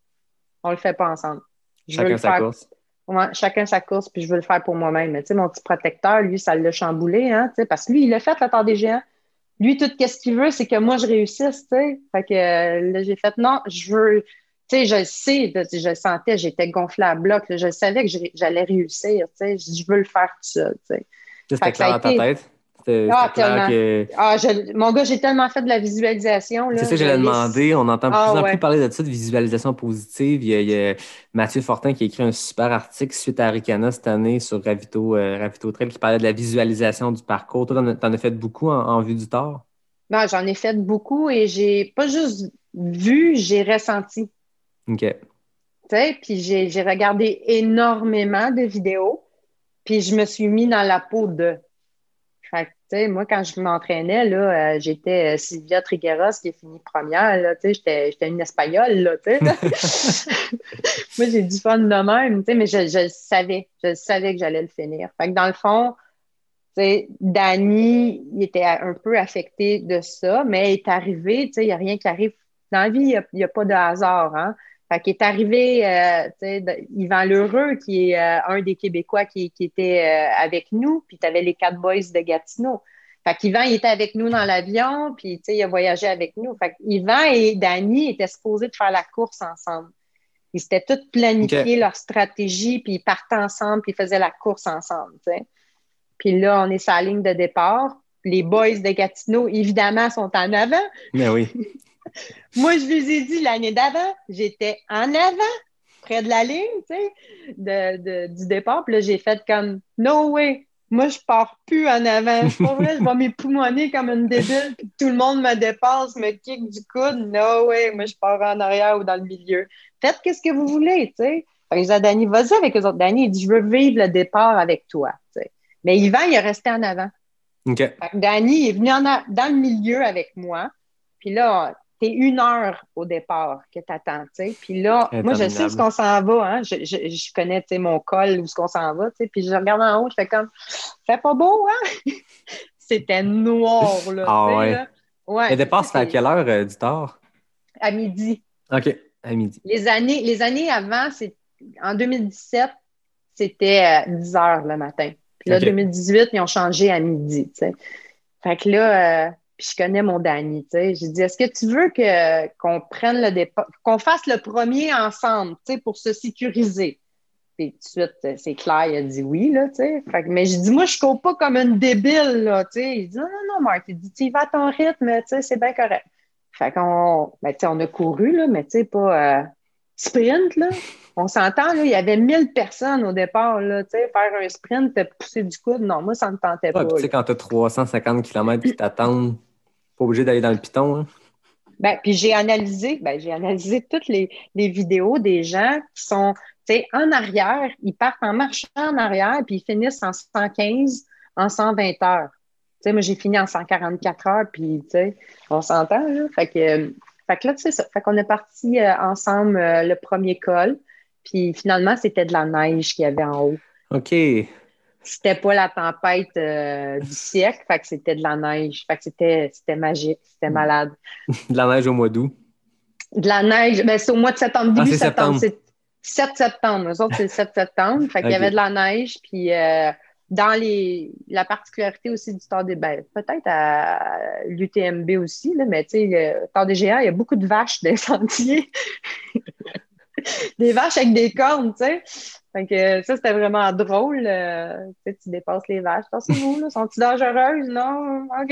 on le fait pas ensemble. Je veux Chacun le sa faire. course. Ouais, chacun sa course, puis je veux le faire pour moi-même. Mais tu sais, mon petit protecteur, lui, ça l'a chamboulé, hein, tu sais, parce que lui, il l'a fait, le Tour des Géants. Lui, tout ce qu'il veut, c'est que moi, je réussisse, tu sais. Fait que euh, là, j'ai fait, non, je veux, tu sais, je le sais, là, je le sentais, j'étais gonflée à bloc, là, je savais que j'allais réussir, tu sais. Je veux le faire tout seul, tu sais. C'était clair dans ta été... tête? C'était, Ah, c'était clair tellement. que... Ah, je... Mon gars, j'ai tellement fait de la visualisation, là. C'est ça que je j'allais l'ai... demander. On entend de Ah, plus en ouais. plus parler de ça, de visualisation positive. Il y a, il y a Mathieu Fortin qui a écrit un super article suite à Arikana cette année sur Ravito, euh, Ravito Trail qui parlait de la visualisation du parcours. Toi, t'en as, t'en as fait beaucoup en, en vue du Tour? Non, j'en ai fait beaucoup et j'ai pas juste vu, j'ai ressenti. OK. Tu sais, puis j'ai, j'ai regardé énormément de vidéos, puis je me suis mis dans la peau de. Fait que, tu sais, moi, quand je m'entraînais, là, euh, j'étais euh, Sylvia Trigueros qui est finie première, là, tu sais, j'étais, j'étais une Espagnole, là, tu sais. Moi, j'ai du fun de même, tu sais, mais je, je le savais, je savais que j'allais le finir. Fait que dans le fond, tu sais, Dani, il était un peu affecté de ça, mais il est arrivé, tu sais, il n'y a rien qui arrive. Dans la vie, il n'y a, a pas de hasard, hein. Fait qu'il est arrivé, euh, tu sais, Yvan Lheureux, qui est euh, un des Québécois qui, qui était euh, avec nous, puis tu avais les quatre boys de Gatineau. Fait qu'Yvan, il était avec nous dans l'avion, puis tu sais, il a voyagé avec nous. Fait qu'Yvan et Dani étaient supposés de faire la course ensemble. Ils s'étaient tous planifiés Okay. leur stratégie, puis ils partaient ensemble, puis ils faisaient la course ensemble, tu sais. Puis là, on est sur la ligne de départ. Les boys de Gatineau, évidemment, sont en avant. Mais oui. Moi, je les ai dit l'année d'avant, j'étais en avant, près de la ligne, tu sais, de, de, du départ. Puis là, j'ai fait comme « No way! Moi, je pars plus en avant. C'est pas vrai, je vais m'époumoner comme une débile, puis tout le monde me dépasse, me kick du coude. No way! Moi, je pars en arrière ou dans le milieu. Faites qu'est-ce que vous voulez, tu sais. » Fait que j'ai dit à Dani, vas-y avec eux autres. Dani, il dit « Je veux vivre le départ avec toi. » tu sais. Mais Yvan, il est resté en avant. OK. Fait que Dani est venu en a- dans le milieu avec moi. Puis là, t'es une heure au départ que t'attends, tu sais. Puis là, moi, je sais où ce qu'on s'en va, hein. Je, je, je connais, tu sais, mon col, où ce qu'on s'en va, tu sais. Puis je regarde en haut, je fais comme, fait pas beau, hein? C'était noir, là, Ah tu sais, ouais. là. Ouais. Le départ, c'était à quelle heure euh, du Tour? À midi. OK, à midi. Les années, les années avant, c'est, en deux mille dix-sept, c'était euh, dix heures le matin. Puis là, OK. deux mille dix-huit, ils ont changé à midi, tu sais. Fait que là, euh, puis je connais mon Dani, tu sais. J'ai dit, est-ce que tu veux que, qu'on prenne le départ, qu'on fasse le premier ensemble, tu sais, pour se sécuriser? Puis tout de suite, c'est clair, il a dit oui, là, tu sais. Fait que, mais j'ai dit, moi, je cours pas comme une débile, là, tu sais. Il dit, non, non, non, Marc, il dit, tu y vas à ton rythme, tu sais, c'est bien correct. Fait qu'on, ben, tu sais, on a couru, là, mais tu sais, pas euh, sprint, là. On s'entend, là, il y avait mille personnes au départ, là, tu sais, faire un sprint, pousser du coude, non, moi, ça me tentait Ouais, pas. tu sais, quand tu as trois cent cinquante kilomètres qui t'attendent, Pas obligé d'aller dans le piton. Hein? Ben, puis j'ai analysé, ben, j'ai analysé toutes les, les vidéos des gens qui sont, tu sais, en arrière, ils partent en marchant en arrière, puis ils finissent en cent quinze, en cent vingt heures. Tu sais, moi, j'ai fini en cent quarante-quatre heures, puis, tu sais, on s'entend, là. Fait que, euh, fait que là, c'est ça. Fait qu'on est partis euh, ensemble euh, le premier col, puis finalement, c'était de la neige qu'il y avait en haut. OK. C'était pas la tempête euh, du siècle, fait que c'était de la neige. Fait que c'était, c'était magique, c'était malade. De la neige au mois d'août. De la neige, ben, c'est au mois de septembre, début Ah, c'est septembre. septembre. C'est sept septembre. Nous autres, c'est le sept septembre. Fait qu'il OK. y avait de la neige. Puis euh, dans les la particularité aussi du Tour des ben, peut-être à l'U T M B aussi, là, mais tu sais, le Tour des Géants, il y a beaucoup de vaches des sentiers. Des vaches avec des cornes, tu sais. Fait que ça, c'était vraiment drôle. Euh, tu sais, tu dépasses les vaches. Attention-vous, là, sont-ils dangereuses? Non? OK.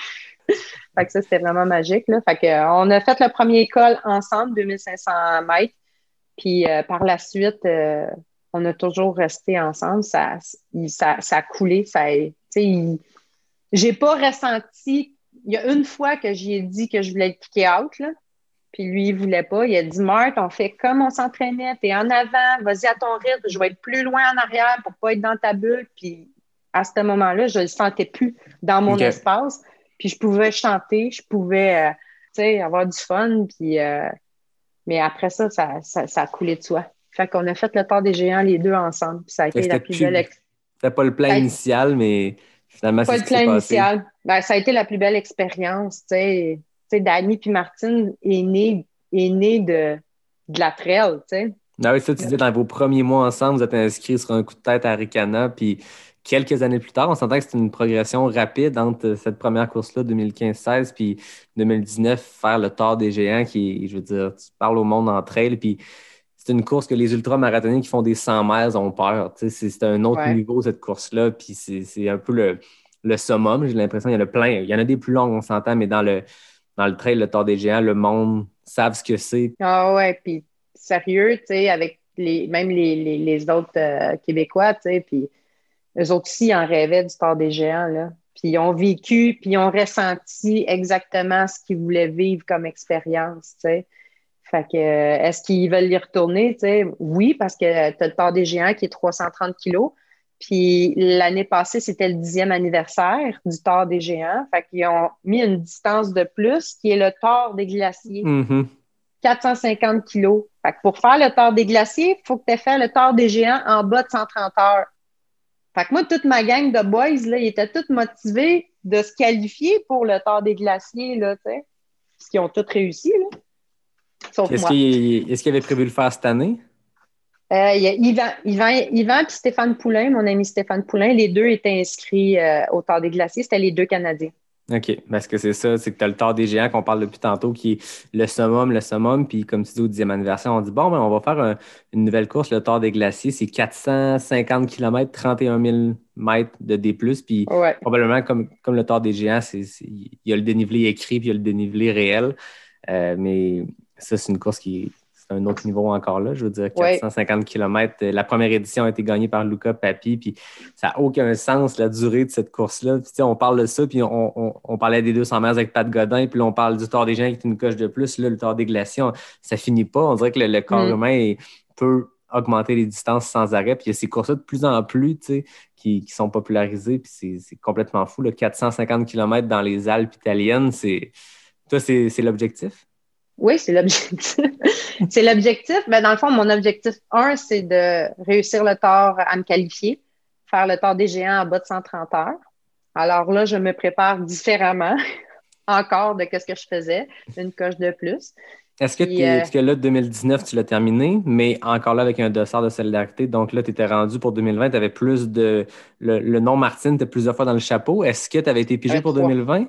Fait que ça, c'était vraiment magique, là. Fait que, euh, on a fait le premier col ensemble, deux mille cinq cents mètres. Puis euh, par la suite, euh, on a toujours resté ensemble. Ça, il, ça, ça a coulé. Ça, tu sais, il... J'ai pas ressenti... Il y a une fois que j'ai dit que je voulais le kicker out, là. Puis lui, il voulait pas. Il a dit, Marthe, on fait comme on s'entraînait. T'es en avant, vas-y à ton rythme. Je vais être plus loin en arrière pour pas être dans ta bulle. Puis à ce moment-là, je le sentais plus dans mon Okay. espace. Puis je pouvais chanter, je pouvais, euh, tu sais, avoir du fun. Puis, euh, mais après ça ça, ça, ça a coulé de soi. Fait qu'on a fait le Tour des Géants les deux ensemble. Puis ça a été la plus belle... Ex... C'était pas le plan ça a... initial, mais finalement, pas c'est le ce qui plan s'est passé. initial. Ben, ça a été la plus belle expérience, tu sais. Tu sais, Dani puis Martine est née est né de, de la trail, tu sais. Ah oui, ça, tu disais, dans vos premiers mois ensemble, vous êtes inscrits sur un coup de tête à Ricana, puis quelques années plus tard, on s'entend que c'est une progression rapide entre cette première course-là, deux mille quinze seize, puis deux mille dix-neuf, faire le Tour des Géants, qui, je veux dire, tu parles au monde en trail, puis c'est une course que les ultramarathoniens qui font des cent miles ont peur. Tu sais, c'est, c'est un autre Ouais. niveau, cette course-là, puis c'est, c'est un peu le, le summum, j'ai l'impression. Il y en a plein. Il y en a des plus longues, on s'entend, mais dans le, dans le trail, le Tour des Géants, le monde savent ce que c'est. Ah ouais, puis sérieux, tu sais, avec les, même les, les, les autres euh, Québécois, tu sais, puis eux autres aussi en rêvaient du Tour des Géants, là. Puis ils ont vécu, puis ils ont ressenti exactement ce qu'ils voulaient vivre comme expérience, tu sais. Fait que, euh, est-ce qu'ils veulent y retourner, tu sais? Oui, parce que tu as le Tour des Géants qui est trois cent trente kilos. Puis l'année passée, c'était le dixième anniversaire du Tour des Géants. Fait qu'ils ont mis une distance de plus, qui est le Tour des Glaciers. Mm-hmm. quatre cent cinquante kilos. Fait que pour faire le Tour des Glaciers, il faut que tu aies fait le Tour des Géants en bas de cent trente heures. Fait que moi, toute ma gang de boys, là, ils étaient tous motivés de se qualifier pour le Tour des Glaciers, là, tu sais. Parce qu'ils ont tous réussi, là. Sauf Est-ce moi. qu'il, est-ce qu'il avait prévu de le faire cette année? Euh, il y a Yvan, Yvan, Yvan et Stéphane Poulain, mon ami Stéphane Poulain, les deux étaient inscrits euh, au Tour des Glaciers. C'était les deux Canadiens. OK. Parce que c'est ça, c'est que tu as le Tour des Géants qu'on parle depuis tantôt, qui est le summum, le summum. Puis comme tu dis, au dixième anniversaire, on dit bon, ben, on va faire un- une nouvelle course, le Tour des Glaciers. C'est quatre cent cinquante kilomètres, trente et un mille mètres de D plus. Puis Ouais. probablement, comme, comme le Tour des Géants, c'est, c'est- il y a le dénivelé écrit puis il y a le dénivelé réel. Euh, mais ça, c'est une course qui est c'est un autre niveau encore là. Je veux dire, quatre cent cinquante kilomètres. La première édition a été gagnée par Luca Papi, puis ça n'a aucun sens, la durée de cette course-là. Puis, on parle de ça, puis on, on, on parlait des deux cents mètres avec Pat Godin, puis là, on parle du Tour des Géants qui est une coche de plus. Là, le Tour des Glaciers, on, ça finit pas. On dirait que le, le corps Mm. humain est- peut augmenter les distances sans arrêt. Puis il y a ces courses-là de plus en plus, tu sais, qui, qui sont popularisées, puis c'est, c'est complètement fou. Là. quatre cent cinquante kilomètres dans les Alpes italiennes, c'est... Toi, c'est, c'est l'objectif? Oui, c'est l'objectif. C'est l'objectif. Ben, dans le fond, mon objectif, un, c'est de réussir le Tour à me qualifier, faire le Tour des Géants en bas de cent trente heures. Alors là, je me prépare différemment encore de ce que je faisais, une coche de plus. Est-ce que, Puis, euh, parce que là, deux mille dix-neuf, tu l'as terminé, mais encore là avec un dossard de solidarité. Donc là, tu étais rendu pour deux mille vingt, tu avais plus de. Le, le nom Martine était plusieurs fois dans le chapeau. Est-ce que tu avais été pigé J'avais pour trois. deux mille vingt?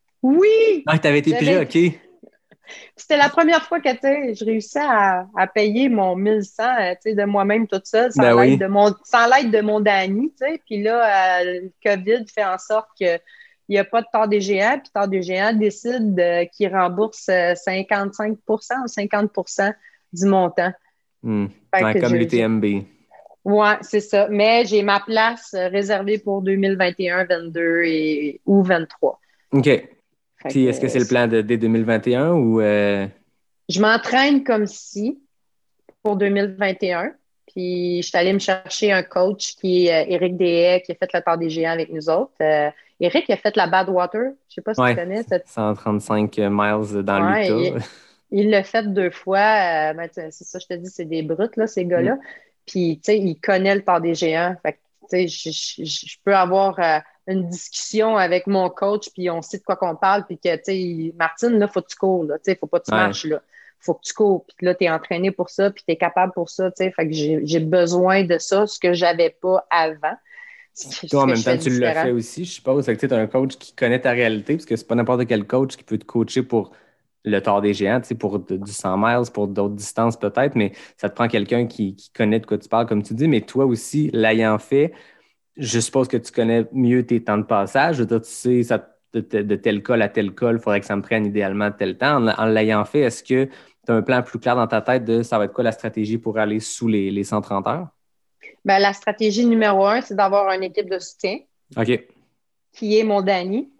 Oui! Ah, tu avais été J'avais- pigé, OK. C'était la première fois que tu sais, je réussissais à, à payer mon mille cent euh, tu sais, de moi-même toute seule, sans Ben l'aide oui. de mon sans l'aide de mon Dani. Tu sais. Puis là, euh, le COVID fait en sorte qu'il n'y a pas de Tour des Géants, puis Tour des Géants décide euh, qu'il rembourse euh, cinquante-cinq pour cent ou cinquante pour cent du montant. Hmm. Fait Ouais, que comme je- l'U T M B. Ouais, c'est ça. Mais j'ai ma place euh, réservée pour deux mille vingt et un, vingt-deux et, ou vingt-trois. OK. Puis, est-ce que c'est le plan de, dès deux mille vingt et un ou... Euh... Je m'entraîne comme si pour deux mille vingt et un. Puis, je suis allée me chercher un coach qui est euh, Éric Deshaies, qui a fait le Tour des Géants avec nous autres. Euh, Éric a fait la Badwater. Je ne sais pas si ouais, tu connais. Cette... cent trente-cinq miles dans ouais, l'Utah. Il, il l'a fait deux fois. Euh, ben, c'est ça, je te dis, c'est des brutes, là, ces gars-là. Mm. Puis, tu sais, il connaît le Tour des Géants. Fait que, tu sais, je, je, je peux avoir euh, une discussion avec mon coach, puis on sait de quoi qu'on parle. Puis que, tu sais, Martine, là, faut que tu cours, là. Tu sais, faut pas que tu ouais. marches, là. Faut que tu cours, puis là, tu es entraîné pour ça, puis tu es capable pour ça, tu sais. Fait que j'ai, j'ai besoin de ça, ce que j'avais pas avant. Toi, en même temps, tu l'as fait aussi, je suppose. Fait que tu as un coach qui connaît ta réalité, parce que c'est pas n'importe quel coach qui peut te coacher pour le Tour des Géants, tu sais, pour du cent miles, pour d'autres distances peut-être, mais ça te prend quelqu'un qui, qui connaît de quoi tu parles, comme tu dis. Mais toi aussi, l'ayant fait, je suppose que tu connais mieux tes temps de passage. Je veux dire, tu sais, ça, de, de tel col à tel col, il faudrait que ça me prenne idéalement tel temps. En, en l'ayant fait, est-ce que tu as un plan plus clair dans ta tête de ça va être quoi la stratégie pour aller sous les, les cent trente heures? Ben, la stratégie numéro un, c'est d'avoir une équipe de soutien. OK. Qui est mon Danny.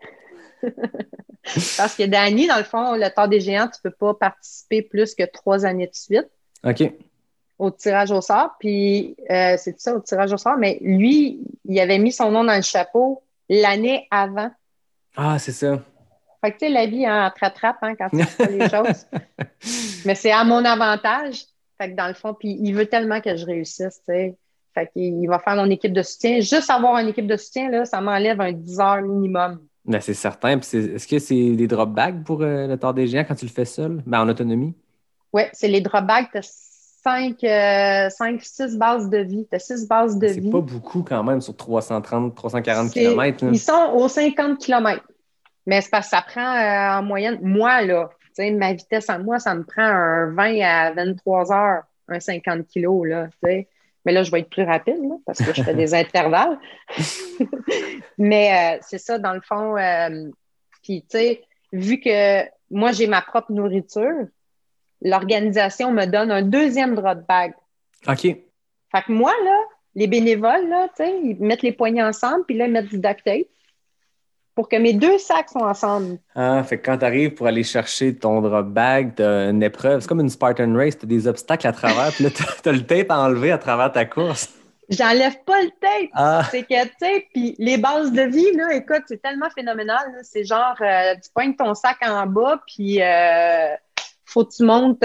Parce que Danny, dans le fond, le Tour des Géants, tu ne peux pas participer plus que trois années de suite. OK. Au tirage au sort. Puis, euh, c'est ça, au tirage au sort. Mais lui, il avait mis son nom dans le chapeau l'année avant. Ah, c'est ça. Fait que, tu sais, la vie, hein, elle te rattrape hein, quand tu fais les choses. Mais c'est à mon avantage. Fait que dans le fond, puis il veut tellement que je réussisse, tu sais. Fait qu'il va faire mon équipe de soutien. Juste avoir une équipe de soutien, là, ça m'enlève un dix heures minimum. Ben, c'est certain. Puis c'est, est-ce que c'est des drop bags pour euh, le Tour des Géants quand tu le fais seul? Ben, en autonomie? Oui, c'est les drop bags. Tu as cinq, six bases de vie. Tu as six bases de c'est vie. C'est pas beaucoup quand même sur trois cent trente, trois cent quarante kilomètres. Ils sont aux cinquante kilomètres. Mais c'est parce que ça prend euh, en moyenne, moi, là, tu sais, ma vitesse en moi, ça me prend un vingt à vingt-trois heures, un cinquante kilos, là, tu sais. Mais là, je vais être plus rapide, là, parce que je fais des intervalles. Mais euh, c'est ça, dans le fond. Euh, Puis, tu sais, vu que moi, j'ai ma propre nourriture, l'organisation me donne un deuxième drop bag. OK. Fait que moi, là, les bénévoles, là, tu sais, ils mettent les poignets ensemble, puis là, ils mettent du duct tape pour que mes deux sacs soient ensemble. Ah, fait que quand tu arrives pour aller chercher ton drop bag, tu as une épreuve. C'est comme une Spartan Race, tu as des obstacles à travers, puis là, tu as le tape à enlever à travers ta course. J'enlève pas le tape. Ah. C'est que, tu sais, puis les bases de vie, là, écoute, c'est tellement phénoménal. Là. C'est genre, euh, tu poignes ton sac en bas, puis euh, faut que tu montes.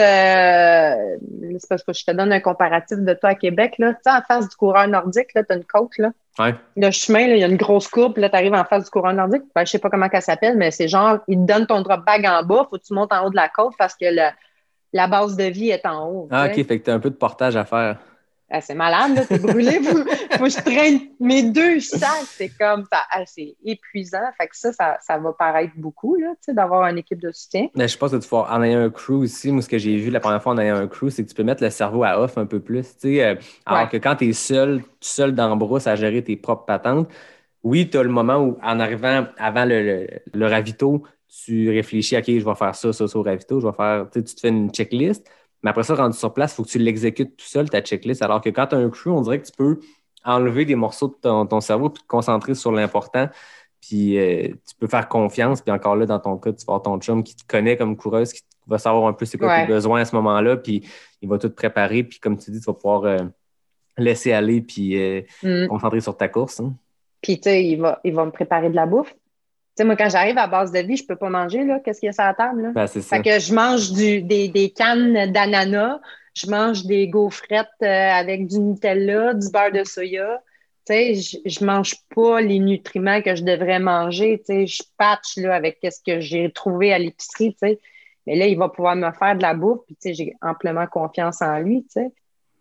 Euh, c'est parce que je te donne un comparatif de toi à Québec. Là. Tu sais, en face du coureur nordique, tu as une côte, là. Ouais. Le chemin, il y a une grosse courbe, puis là, tu arrives en face du coureur nordique. Ben, je sais pas comment elle s'appelle, mais c'est genre, ils te donnent ton drop bag en bas, faut que tu montes en haut de la côte parce que le, la base de vie est en haut. Ah, t'sais. OK, fait que tu as un peu de portage à faire. Ah, c'est malade, là, t'es brûlé. Faut, faut que je traîne mes deux sacs. C'est comme ça. Ah, c'est épuisant. Fait que ça, ça, ça va paraître beaucoup, là, tu sais, d'avoir une équipe de soutien. Mais je pense que tu faut en ayant un crew aussi. Moi, ce que j'ai vu la première fois en ayant un crew, c'est que tu peux mettre le cerveau à off un peu plus. Tu sais, euh, alors ouais. que quand tu es seul, seul dans la brousse à gérer tes propres patentes, oui, tu as le moment où, en arrivant avant le, le, le ravito, tu réfléchis, OK, je vais faire ça, ça, ça au ravito, je vais faire, tu te fais une checklist. Mais après ça, rendu sur place, il faut que tu l'exécutes tout seul, ta checklist. Alors que quand tu as un crew, on dirait que tu peux enlever des morceaux de ton, ton cerveau puis te concentrer sur l'important. Puis euh, tu peux faire confiance. Puis encore là, dans ton cas, tu vas avoir ton chum qui te connaît comme coureuse, qui va savoir un peu c'est quoi ouais. tes besoins à ce moment-là. Puis il va tout préparer. Puis comme tu dis, tu vas pouvoir euh, laisser aller puis euh, mm. concentrer sur ta course. Hein. Puis tu sais, il va, il va me préparer de la bouffe. Tu sais, moi, quand j'arrive à base de vie, je peux pas manger, là. Qu'est-ce qu'il y a sur la table, là? Ben, c'est ça. Fait que je mange du, des, des cannes d'ananas, je mange des gaufrettes euh, avec du Nutella, du beurre de soya. Tu sais, je, je mange pas les nutriments que je devrais manger. Tu sais, je patch, là, avec ce que j'ai trouvé à l'épicerie, tu sais. Mais là, il va pouvoir me faire de la bouffe, puis tu sais, j'ai amplement confiance en lui, tu sais.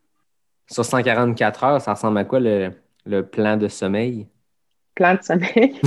Sur cent quarante-quatre heures, ça ressemble à quoi le, le plan de sommeil? Plan de sommeil?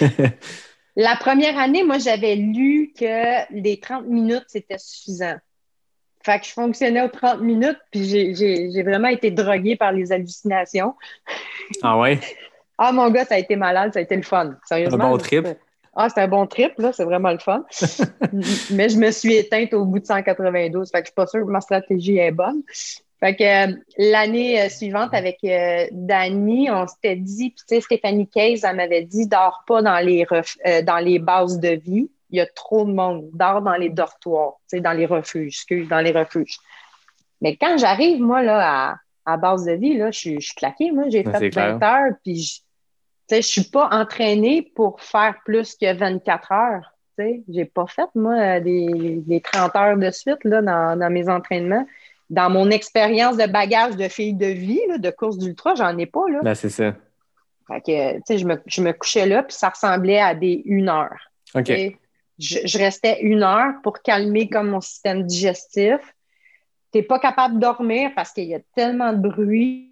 La première année, moi, j'avais lu que les trente minutes, c'était suffisant. Fait que je fonctionnais aux trente minutes, puis j'ai, j'ai, j'ai vraiment été droguée par les hallucinations. Ah ouais? Ah, mon gars, ça a été malade, ça a été le fun. Sérieusement. Un bon trip? Ah, c'était un bon trip, là, c'est vraiment le fun. Mais je me suis éteinte au bout de cent quatre-vingt-douze, fait que je suis pas sûre que ma stratégie est bonne. Fait que euh, l'année euh, suivante, avec euh, Dani, on s'était dit, puis tu sais, Stéphanie Case, elle m'avait dit, dors pas dans les, ref- euh, dans les bases de vie. il y a trop de monde. Dors dans les dortoirs, dans les refuges, excuse, dans les refuges. Mais quand j'arrive, moi, là, à, à base de vie, là, je suis, je suis claquée. Moi, j'ai fait vingt heures, puis je ne suis pas entraînée pour faire plus que vingt-quatre heures. Je n'ai pas fait, moi, des, des trente heures de suite là, dans, dans mes entraînements. Dans mon expérience de bagage de fille de vie, là, de course d'ultra, j'en ai pas. Là. Ben, c'est ça. Fait que, je, me, je me couchais là, puis ça ressemblait à des une heure. OK. Je, je restais une heure pour calmer comme mon système digestif. Tu n'es pas capable de dormir parce qu'il y a tellement de bruit.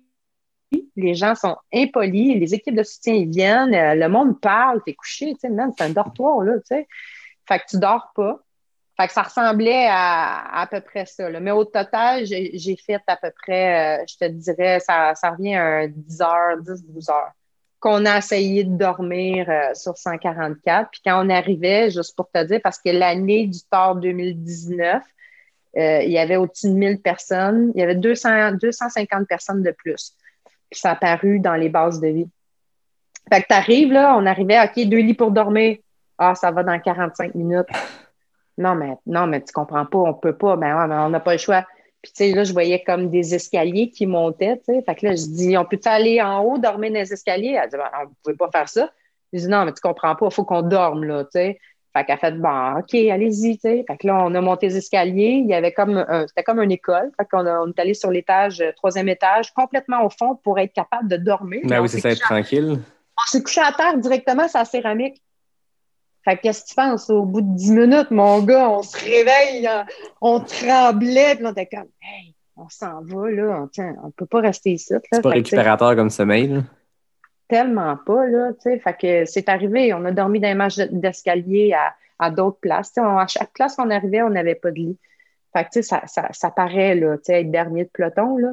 Les gens sont impolis. Les équipes de soutien, ils viennent. Le monde parle. Tu es couché. Tu sais, man, c'est un dortoir, là, tu sais. Fait que tu dors pas. Fait que ça ressemblait à à, à peu près ça, là. Mais au total, j'ai, j'ai fait à peu près, euh, je te dirais, ça, ça revient à dix heures, dix, douze heures qu'on a essayé de dormir euh, sur cent quarante-quatre. Puis quand on arrivait, juste pour te dire, parce que l'année du Tour deux mille dix-neuf, euh, il y avait au-dessus de mille personnes. Il y avait deux cents, deux cent cinquante personnes de plus. Puis ça a apparu dans les bases de vie. Fait que t'arrives, là, on arrivait, OK, deux lits pour dormir. Ah, ça va dans quarante-cinq minutes. Non, mais non, mais tu comprends pas, on peut pas. Ben ouais, mais on n'a pas le choix. Puis, tu sais, là, je voyais comme des escaliers qui montaient, tu sais. Fait que là, je dis, on peut-tu aller en haut, dormir dans les escaliers? Elle dit, ben, on ne pouvait pas faire ça. Je dis, non, mais tu comprends pas, il faut qu'on dorme, là, tu sais. Fait qu'elle a fait, bon, OK, allez-y, tu sais. Fait que là, on a monté les escaliers. Il y avait comme, un, c'était comme une école. Fait qu'on a, on est allé sur l'étage, troisième étage, complètement au fond pour être capable de dormir. Ben oui, c'est ça, être tranquille. On s'est couché à terre directement sur la céramique. Fait que qu'est-ce que tu penses? Au bout de dix minutes, mon gars, on se réveille, on tremblait, puis on était comme, hey, on s'en va, là, on, tiens, on peut pas rester ici. Là. C'est pas fait récupérateur que, comme sommeil, là? Tellement pas, là, tu sais. Fait que c'est arrivé, on a dormi dans les marches d'escalier à, à d'autres places. On, à chaque place qu'on arrivait, on n'avait pas de lit. Fait que, tu sais, ça, ça, ça paraît, là, tu sais, être dernier de peloton, là,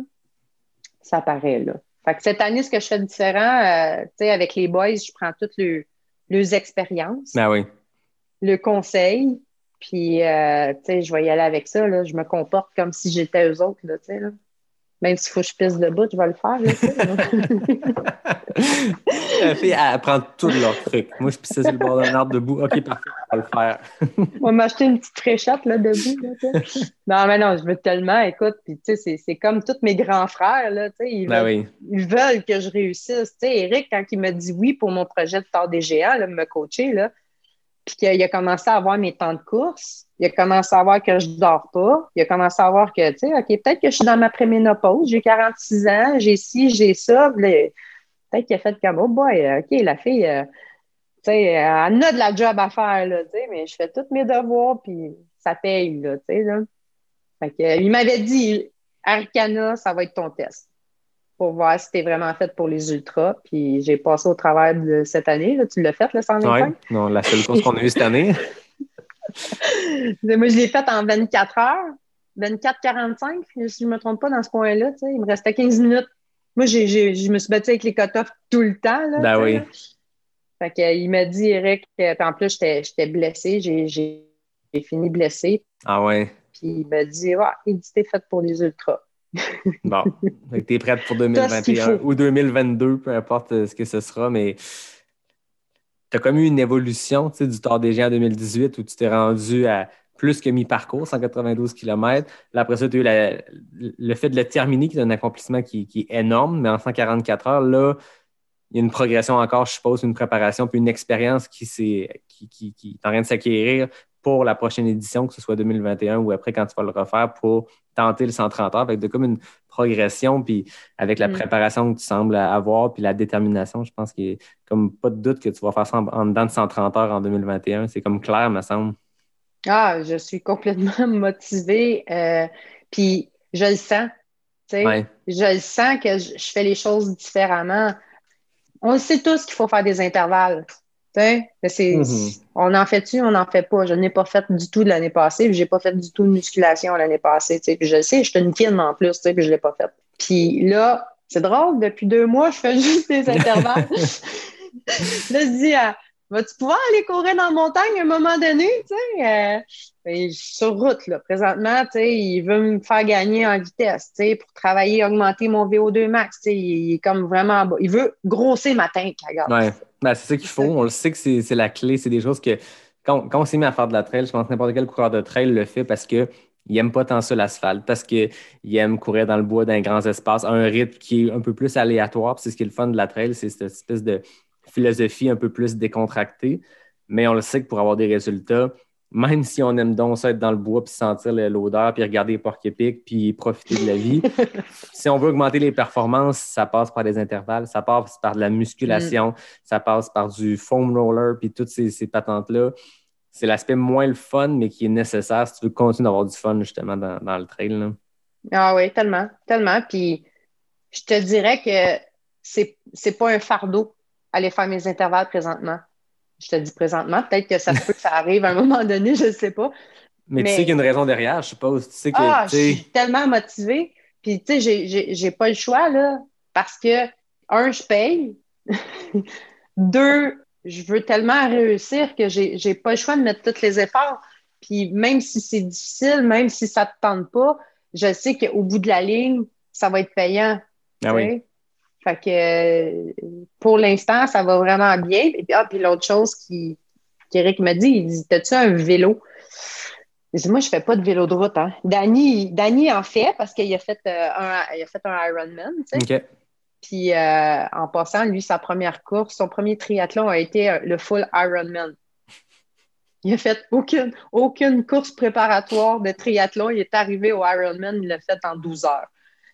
ça paraît, là. Fait que cette année, ce que je fais de différent, euh, tu sais, avec les boys, je prends toutes les leurs expériences, ah oui. le conseil, puis, euh, tu sais, je vais y aller avec ça, là. Je me comporte comme si j'étais eux autres, là, tu sais, là. Même s'il faut que je pisse debout, je vais le faire, là, tu sais. La fille, elle prend tous leurs trucs. Moi, je pissais sur le bord d'un arbre debout. OK, parfait, on va le faire. On va m'acheter une petite fréchette, là, debout, là, tu sais. Non, mais non, je veux tellement, écoute, puis, tu sais, c'est, c'est comme tous mes grands frères, là, tu sais, ils, ben veulent, oui. ils veulent que je réussisse. Tu sais, Eric, quand il m'a dit oui pour mon projet de Tour des Géants, là, me coacher, là, puis qu'il a commencé à avoir mes temps de course, il a commencé à voir que je dors pas, il a commencé à voir que, tu sais, OK, peut-être que je suis dans ma préménopause, j'ai quarante-six ans, j'ai ci, j'ai ça, là, peut-être qu'il a fait comme, oh boy, OK, la fille, euh, tu sais, elle a de la job à faire, là, tu sais, mais je fais tous mes devoirs, puis ça paye, là, tu sais, là. Fait que, il m'avait dit, Arcana, ça va être ton test pour voir si t'es vraiment faite pour les ultras. Puis j'ai passé au travers de cette année. Là. Tu l'as fait, le cent vingt-cinq? Oui, non, la seule course qu'on a eue cette année. Moi, je l'ai faite en vingt-quatre heures, vingt-quatre quarante-cinq, si je ne me trompe pas, dans ce coin-là. Tu sais, il me restait quinze minutes. Moi, j'ai, j'ai, je me suis battue avec les cut-offs tout le temps. Là, ben oui. Là. Fait que, il m'a dit, Eric, en plus, j'étais, j'étais blessée. J'ai, j'ai, j'ai fini blessée. Ah ouais. Puis il m'a dit, ah, il dit, t'es faite pour les ultras. Bon, tu es prête pour deux mille vingt et un ou deux mille vingt-deux, peu importe ce que ce sera, mais tu as comme eu une évolution du Tour des Géants en deux mille dix-huit où tu t'es rendu à plus que mi-parcours, cent quatre-vingt-douze kilomètres. Là, après ça, tu as eu la, le fait de le terminer, qui est un accomplissement qui, qui est énorme, mais en cent quarante-quatre heures, là, il y a une progression encore, je suppose, une préparation, puis une expérience qui, s'est, qui, qui, qui est en train de s'acquérir pour la prochaine édition, que ce soit deux mille vingt et un ou après quand tu vas le refaire pour tenter le cent trente heures. Avec de comme une progression, puis avec la mm. préparation que tu sembles avoir, puis la détermination, je pense qu'il n'y a comme pas de doute que tu vas faire ça en, en dedans de cent trente heures en deux mille vingt et un. C'est comme clair, me semble. Ah, je suis complètement motivée. Euh, puis je le sens. Tu sais, ouais. Je le sens que je, je fais les choses différemment. On le sait tous qu'il faut faire des intervalles. C'est, mm-hmm. On en fait-tu, on n'en fait pas. Je n'ai pas fait du tout de l'année passée, puis j'ai pas fait du tout de musculation l'année passée. Puis je le sais, je suis une kin en plus, puis je l'ai pas fait. Puis là, c'est drôle, depuis deux mois, je fais juste des intervalles. Là, je dis, ah, vas-tu pouvoir aller courir dans la montagne à un moment donné? Euh, je suis sur route, là, présentement, il veut me faire gagner en vitesse pour travailler, augmenter mon V O deux max. Il est comme vraiment bas. Il veut grossir ma tank, regarde. Ouais. Ben, c'est ça qu'il faut. On le sait que c'est, c'est la clé. C'est des choses que quand, quand on s'est mis à faire de la trail, je pense que n'importe quel coureur de trail le fait parce qu'il n'aime pas tant ça l'asphalte, parce qu'il aime courir dans le bois, dans les grands espaces, à un rythme qui est un peu plus aléatoire. Puis c'est ce qui est le fun de la trail, c'est cette espèce de philosophie un peu plus décontractée. Mais on le sait que pour avoir des résultats, même si on aime donc ça être dans le bois, puis sentir l'odeur, puis regarder les porcs-épics, puis profiter de la vie, si on veut augmenter les performances, ça passe par des intervalles, ça passe par de la musculation, mm. ça passe par du foam roller, puis toutes ces, ces patentes-là. C'est l'aspect moins le fun, mais qui est nécessaire si tu veux continuer d'avoir du fun, justement, dans, dans le trail. Là. Ah oui, tellement, tellement. Puis je te dirais que c'est, c'est pas un fardeau aller faire mes intervalles présentement. Je te dis présentement, peut-être que ça se peut que ça arrive à un moment donné, je ne sais pas. Mais, mais tu sais qu'il y a une raison derrière, je suppose. Tu sais que, ah, t'sais... je suis tellement motivée. Puis, tu sais, j'ai, j'ai, j'ai pas le choix, là, parce que, un, je paye. Deux, je veux tellement réussir que j'ai, j'ai pas le choix de mettre tous les efforts. Puis, même si c'est difficile, même si ça te tente pas, je sais qu'au bout de la ligne, ça va être payant. Ah oui. Fait que pour l'instant, ça va vraiment bien. Et puis, ah, puis l'autre chose qui, qu'Éric m'a dit, il dit, t'as-tu un vélo? Je dis, moi, je fais pas de vélo de route. Hein. Danny, Danny en fait parce qu'il a fait, euh, un, il a fait un Ironman. Tu sais. OK. Puis euh, en passant, lui, sa première course, son premier triathlon a été euh, le full Ironman. Il a fait aucune, aucune course préparatoire de triathlon. Il est arrivé au Ironman, il l'a fait en douze heures.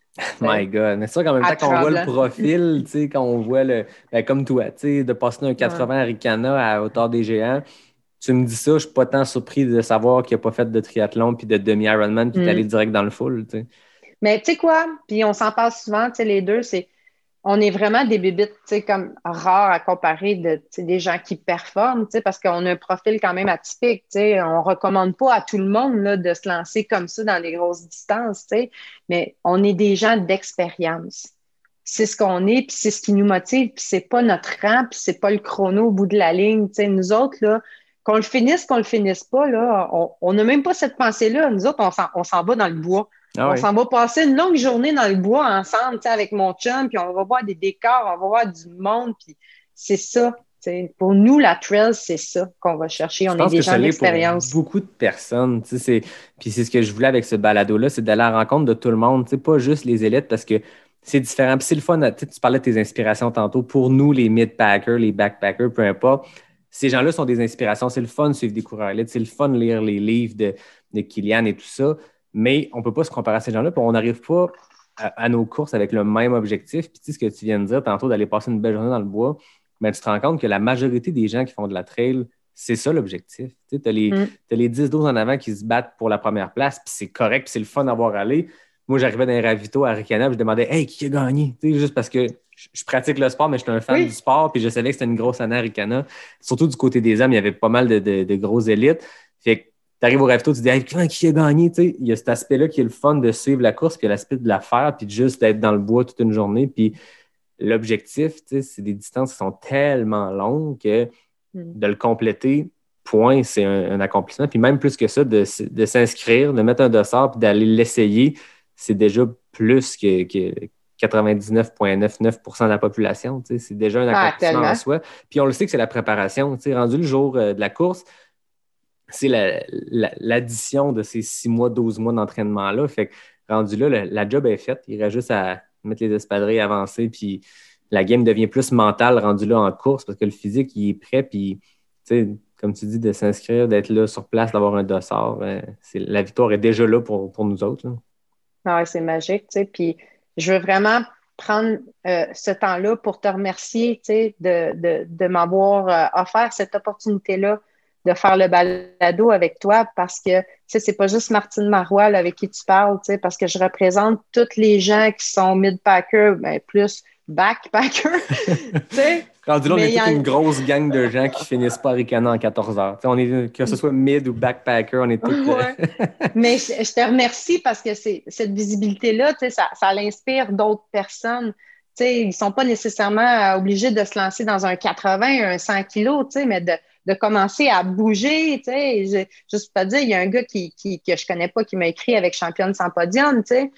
My God. Mais c'est sûr qu'en même temps, quand on voit le profil, tu sais, quand on voit le. Ben, comme toi, tu sais, de passer un quatre-vingts ouais. à Ricana à hauteur des géants, tu me dis ça, je suis pas tant surpris de savoir qu'il n'a pas fait de triathlon puis de demi-Ironman puis mm. d'aller direct dans le full, tu sais. Mais tu sais quoi? Puis on s'en parle souvent, tu sais, les deux, c'est. On est vraiment des bébites, tu sais, comme rares à comparer de, des gens qui performent, tu sais, parce qu'on a un profil quand même atypique, tu sais. On recommande pas à tout le monde, là, de se lancer comme ça dans les grosses distances, tu sais. Mais on est des gens d'expérience. C'est ce qu'on est, puis c'est ce qui nous motive, puis c'est pas notre rang, puis c'est pas le chrono au bout de la ligne, tu sais. Nous autres, là, qu'on le finisse, qu'on le finisse pas, là, on n'a même pas cette pensée-là. Nous autres, on s'en, on s'en va dans le bois. Ah on oui. s'en va passer une longue journée dans le bois ensemble, avec mon chum, puis on va voir des décors, on va voir du monde, puis c'est ça. T'sais. Pour nous, la trail, c'est ça qu'on va chercher. On je est des gens d'expérience. Pour beaucoup de personnes. C'est, puis c'est ce que je voulais avec ce balado-là, c'est d'aller à la rencontre de tout le monde, pas juste les élites, parce que c'est différent. Puis c'est le fun. Tu parlais de tes inspirations tantôt. Pour nous, les mid-packers, les backpackers, peu importe, ces gens-là sont des inspirations. C'est le fun de suivre des coureurs élites. C'est le fun de lire les livres de, de Kilian et tout ça. Mais on ne peut pas se comparer à ces gens-là, puis on n'arrive pas à, à nos courses avec le même objectif. Puis tu sais ce que tu viens de dire tantôt, d'aller passer une belle journée dans le bois, mais tu te rends compte que la majorité des gens qui font de la trail, c'est ça l'objectif. Tu sais, as les, mm. t'as les dix douze en avant qui se battent pour la première place, puis c'est correct, puis c'est le fun d'avoir allé. Moi, j'arrivais dans les ravitaux à Ricana, puis je demandais « Hey, qui a gagné? » Tu sais, juste parce que je, je pratique le sport, mais je suis un fan oui. du sport, puis je savais que c'était une grosse année à Ricana. Surtout du côté des hommes, il y avait pas mal de, de, de grosses élites. Fait que tu arrives au ravito, tu te dis hey, qui a gagné? T'sais, il y a cet aspect-là qui est le fun de suivre la course, puis il y a l'aspect de la faire, puis de juste d'être dans le bois toute une journée. Puis l'objectif, c'est des distances qui sont tellement longues que de le compléter, point, c'est un, un accomplissement. Puis même plus que ça, de, de s'inscrire, de mettre un dossard, puis d'aller l'essayer, c'est déjà plus que, que quatre-vingt-dix-neuf virgule quatre-vingt-dix-neuf pour cent de la population. C'est déjà un accomplissement ah, en soi. Puis on le sait que c'est la préparation. Rendu le jour euh, de la course, c'est la, la, l'addition de ces six mois, douze mois d'entraînement-là. Fait que rendu là, la, la job est faite. Il reste juste à mettre les espadrilles, avancer, puis la game devient plus mentale rendu là en course parce que le physique, il est prêt, puis tu sais, comme tu dis, de s'inscrire, d'être là sur place, d'avoir un dossard, ben, c'est, la victoire est déjà là pour, pour nous autres. Là. Ah ouais, c'est magique, tu sais, puis je veux vraiment prendre euh, ce temps-là pour te remercier, tu sais, de, de, de m'avoir euh, offert cette opportunité-là de faire le balado avec toi parce que, tu sais, c'est pas juste Martine Marois là, avec qui tu parles, tu sais, parce que je représente tous les gens qui sont mid-packers, ben, plus backpackers, tu sais. Rendu là, on est toute a... une grosse gang de gens qui finissent pas à Ricana en quatorze heures. Tu sais, on est, que ce soit mid ou backpacker, on est tous... Ouais. Mais je, je te remercie parce que c'est, cette visibilité-là, tu sais, ça, ça l'inspire d'autres personnes. Tu sais, ils sont pas nécessairement obligés de se lancer dans un quatre-vingts, un cent kilos, tu sais, mais de de commencer à bouger, tu sais, juste pas dire, il y a un gars qui, qui, que je connais pas qui m'a écrit avec Championne sans podium, tu sais,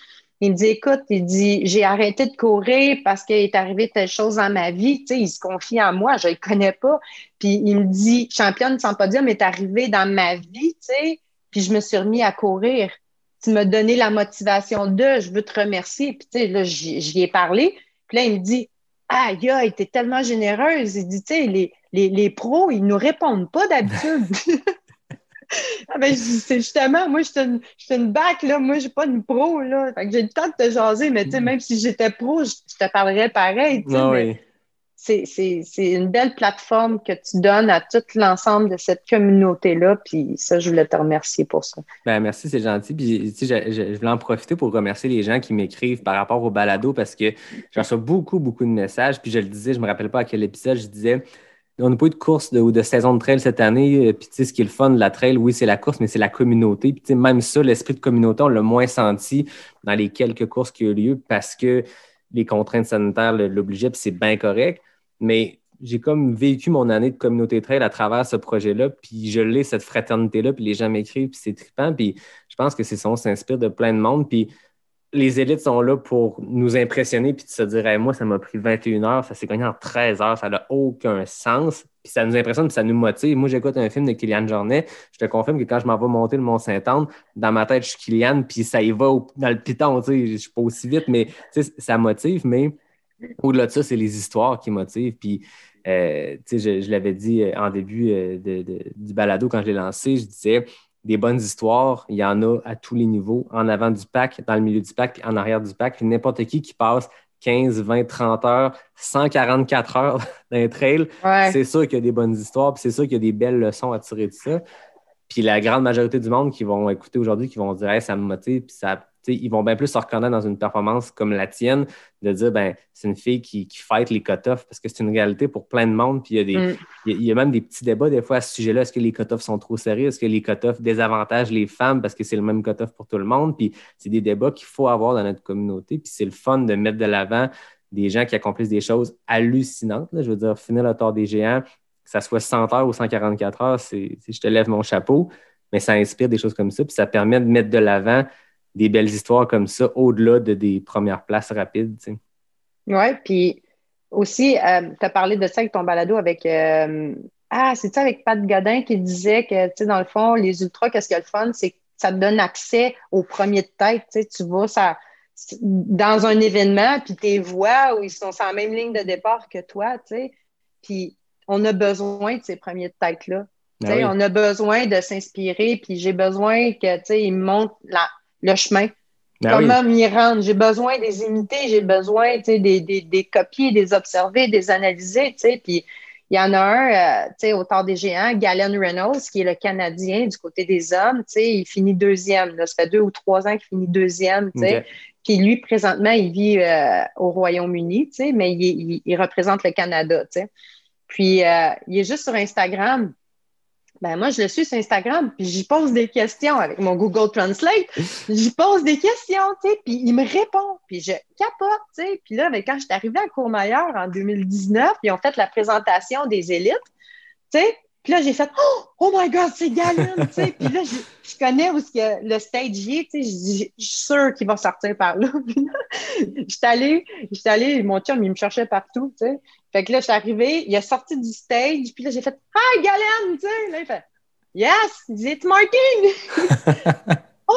Il me dit, écoute, il dit, j'ai arrêté de courir parce qu'il est arrivé telle chose dans ma vie. Tu sais, il se confie en moi, je le connais pas. Puis il me dit, championne sans podium est arrivé dans ma vie, tu sais, puis je me suis remis à courir. Tu m'as donné la motivation de, je veux te remercier. Puis tu sais, là, j'y, j'y ai parlé. Puis là, il me dit, aïe, aïe, t'es tellement généreuse. Il dit, tu sais, les, les, les pros, ils nous répondent pas d'habitude. Ah ben, je dis, c'est justement, moi, je suis une, une bac, là. Moi, je suis pas une pro, là. Fait que j'ai le temps de te jaser, mais tu sais, même si j'étais pro, je, je te parlerais pareil, tu sais. Non, mais oui. c'est, c'est, c'est une belle plateforme que tu donnes à tout l'ensemble de cette communauté-là. Puis ça, je voulais te remercier pour ça. Ben, merci, c'est gentil. Puis, tu sais, je, je, je voulais en profiter pour remercier les gens qui m'écrivent par rapport au balado parce que je reçois beaucoup, beaucoup de messages. Puis, je le disais, je me rappelle pas à quel épisode, je disais, on n'a pas eu de course de, ou de saison de trail cette année. Puis, tu sais, ce qui est le fun de la trail, oui, c'est la course, mais c'est la communauté. Puis, tu sais, même ça, l'esprit de communauté, on l'a moins senti dans les quelques courses qui ont eu lieu parce que les contraintes sanitaires l'obligeaient, puis c'est bien correct. Mais j'ai comme vécu mon année de communauté trail à travers ce projet-là, puis je l'ai, cette fraternité-là, puis les gens m'écrivent, puis c'est trippant, puis je pense que c'est ça, on s'inspire de plein de monde, puis les élites sont là pour nous impressionner, puis de se dire hey, « moi, ça m'a pris vingt et une heures, ça s'est gagné en treize heures, ça n'a aucun sens », puis ça nous impressionne, puis ça nous motive. Moi, j'écoute un film de Kylian Jornet, je te confirme que quand je m'en vais monter le Mont-Saint-Anne, dans ma tête, je suis Kylian, puis ça y va au, dans le piton, tu sais, je suis pas aussi vite, mais tu sais, ça motive, mais au-delà de ça, c'est les histoires qui motivent, puis Euh, je, je l'avais dit en début euh, de, de, du balado quand je l'ai lancé, je disais des bonnes histoires, il y en a à tous les niveaux, en avant du pack, dans le milieu du pack, puis en arrière du pack. Puis n'importe qui qui passe quinze, vingt, trente heures, cent quarante-quatre heures dans un trail, Ouais. c'est sûr qu'il y a des bonnes histoires, puis c'est sûr qu'il y a des belles leçons à tirer de ça. Puis la grande majorité du monde qui vont écouter aujourd'hui, qui vont dire hey, ça me motive, puis ça. Ils vont bien plus se reconnaître dans une performance comme la tienne, de dire ben c'est une fille qui, qui fight les cut-offs parce que c'est une réalité pour plein de monde. Puis il y a des, mm. il, y a, il y a même des petits débats des fois à ce sujet-là. Est-ce que les cut-offs sont trop sérieux? Est-ce que les cut-offs désavantagent les femmes parce que c'est le même cut-off pour tout le monde? Puis c'est des débats qu'il faut avoir dans notre communauté. Puis c'est le fun de mettre de l'avant des gens qui accomplissent des choses hallucinantes. Là. Je veux dire, finir le Tour des Géants, que ça soit cent heures ou cent quarante-quatre heures, c'est, c'est je te lève mon chapeau. Mais ça inspire des choses comme ça. Puis ça permet de mettre de l'avant des belles histoires comme ça, au-delà de des premières places rapides. Tu sais. Oui, puis aussi, euh, tu as parlé de ça avec ton balado avec... Euh, ah, c'est ça avec Pat Godin qui disait que, tu sais, dans le fond, les ultras, qu'est-ce qu'il y a le fun, c'est que ça te donne accès au premier de tête. Tu sais, tu vas ça, dans un événement, puis tes voix, où ils sont sur la même ligne de départ que toi, tu sais. Puis on a besoin de ces premiers de tête-là. Ah oui. On a besoin de s'inspirer, puis j'ai besoin que, tu sais, ils me montrent la... le chemin. Ben Comment oui. m'y rendre? J'ai besoin de les imiter, j'ai besoin des, des, des copier, des observer, des analyser. Puis il y en a un euh, au Tour des Géants, Galen Reynolds, qui est le Canadien du côté des hommes. Il finit deuxième. Là. Ça fait deux ou trois ans qu'il finit deuxième. Okay. Puis lui, présentement, il vit euh, au Royaume-Uni, mais il, il, il représente le Canada. T'sais. Puis euh, il est juste sur Instagram. Ben moi, je le suis sur Instagram, puis j'y pose des questions avec mon Google Translate. J'y pose des questions, tu sais, puis il me répond, puis je capote, tu sais. Puis là, ben, quand je suis arrivée à Courmayeur en deux mille dix-neuf, ils ont fait la présentation des élites, tu sais. Puis là, j'ai fait oh, « Oh my God, c'est Galen! » tu sais. Puis là, je, je connais où est-ce que le stage y est, tu sais. Je, je, je suis sûre qu'il va sortir par là. J'étais allée, j'étais allée, mon chum, il me cherchait partout, tu sais. Fait que là, je suis arrivée, il a sorti du stage, puis là, j'ai fait « Hi, Galen! » tu sais. Là, il fait « Yes, it's Martin! »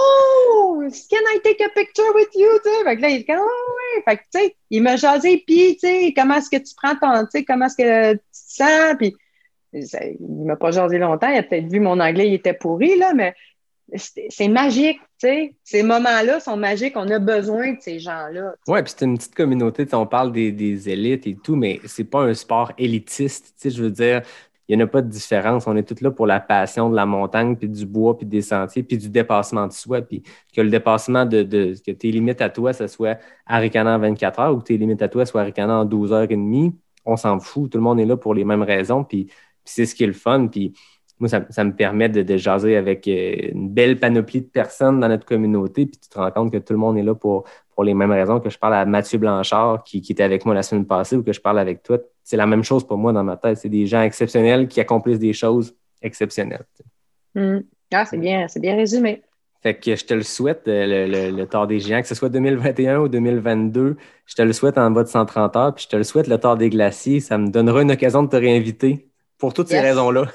Oh, can I take a picture with you? Tu sais. Fait que là, il dit « Oh, ouais. » Fait que, tu sais, il m'a jasé, puis, tu sais, comment est-ce que tu prends ton, tu sais, comment est-ce que tu te sens, puis ça, il m'a pas jasé longtemps, il a peut-être vu mon anglais, il était pourri, là, mais c'est, c'est magique, tu sais. Ces moments-là sont magiques, on a besoin de ces gens-là. Oui, puis c'est une petite communauté, on parle des, des élites et tout, mais c'est pas un sport élitiste, tu sais, je veux dire, il n'y en a pas de différence, on est tous là pour la passion de la montagne, puis du bois, puis des sentiers, puis du dépassement de soi, puis que le dépassement de, de que tes limites à toi, ça soit à ricanant en vingt-quatre heures ou que tes limites à toi soient à ricanant en douze heures trente, on s'en fout, tout le monde est là pour les mêmes raisons, puis Puis c'est ce qui est le fun. Puis moi, ça, ça me permet de, de jaser avec une belle panoplie de personnes dans notre communauté. Puis tu te rends compte que tout le monde est là pour, pour les mêmes raisons, que je parle à Mathieu Blanchard qui, qui était avec moi la semaine passée ou que je parle avec toi. C'est la même chose pour moi dans ma tête. C'est des gens exceptionnels qui accomplissent des choses exceptionnelles. Mmh. Ah, c'est bien, c'est bien résumé. Fait que je te le souhaite, euh, le, le, le Tour des Géants, que ce soit deux mille vingt et un ou deux mille vingt-deux, je te le souhaite en bas de cent trente heures, puis je te le souhaite le Tour des Glaciers. Ça me donnera une occasion de te réinviter pour toutes ces Yes. raisons-là.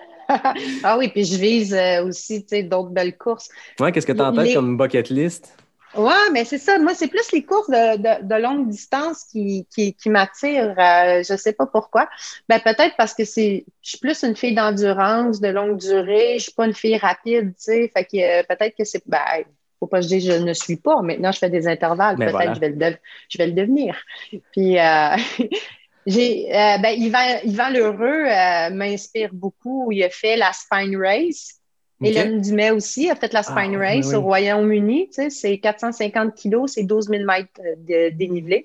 Ah oui, puis je vise euh, aussi, tu sais, d'autres belles courses. Ouais, qu'est-ce que tu as en tête Les... comme bucket list? Oui, mais c'est ça. Moi, c'est plus les courses de, de, de longue distance qui, qui, qui m'attirent. Euh, je ne sais pas pourquoi. Ben, peut-être parce que c'est, je suis plus une fille d'endurance, de longue durée. Je ne suis pas une fille rapide, tu sais. Fait que euh, peut-être que c'est. Ben, faut pas que je dise je ne suis pas. Maintenant, je fais des intervalles. Ben peut-être voilà. que je vais, le de, je vais le devenir. Puis, euh, j'ai, euh, ben, Yvan, Yvan Lheureux euh, m'inspire beaucoup. Il a fait la Spine Race. Okay. Hélène Dumais aussi a fait la Spine ah, Race oui, oui. au Royaume-Uni. Tu sais, c'est quatre cent cinquante kilos, c'est douze mille mètres de dénivelé.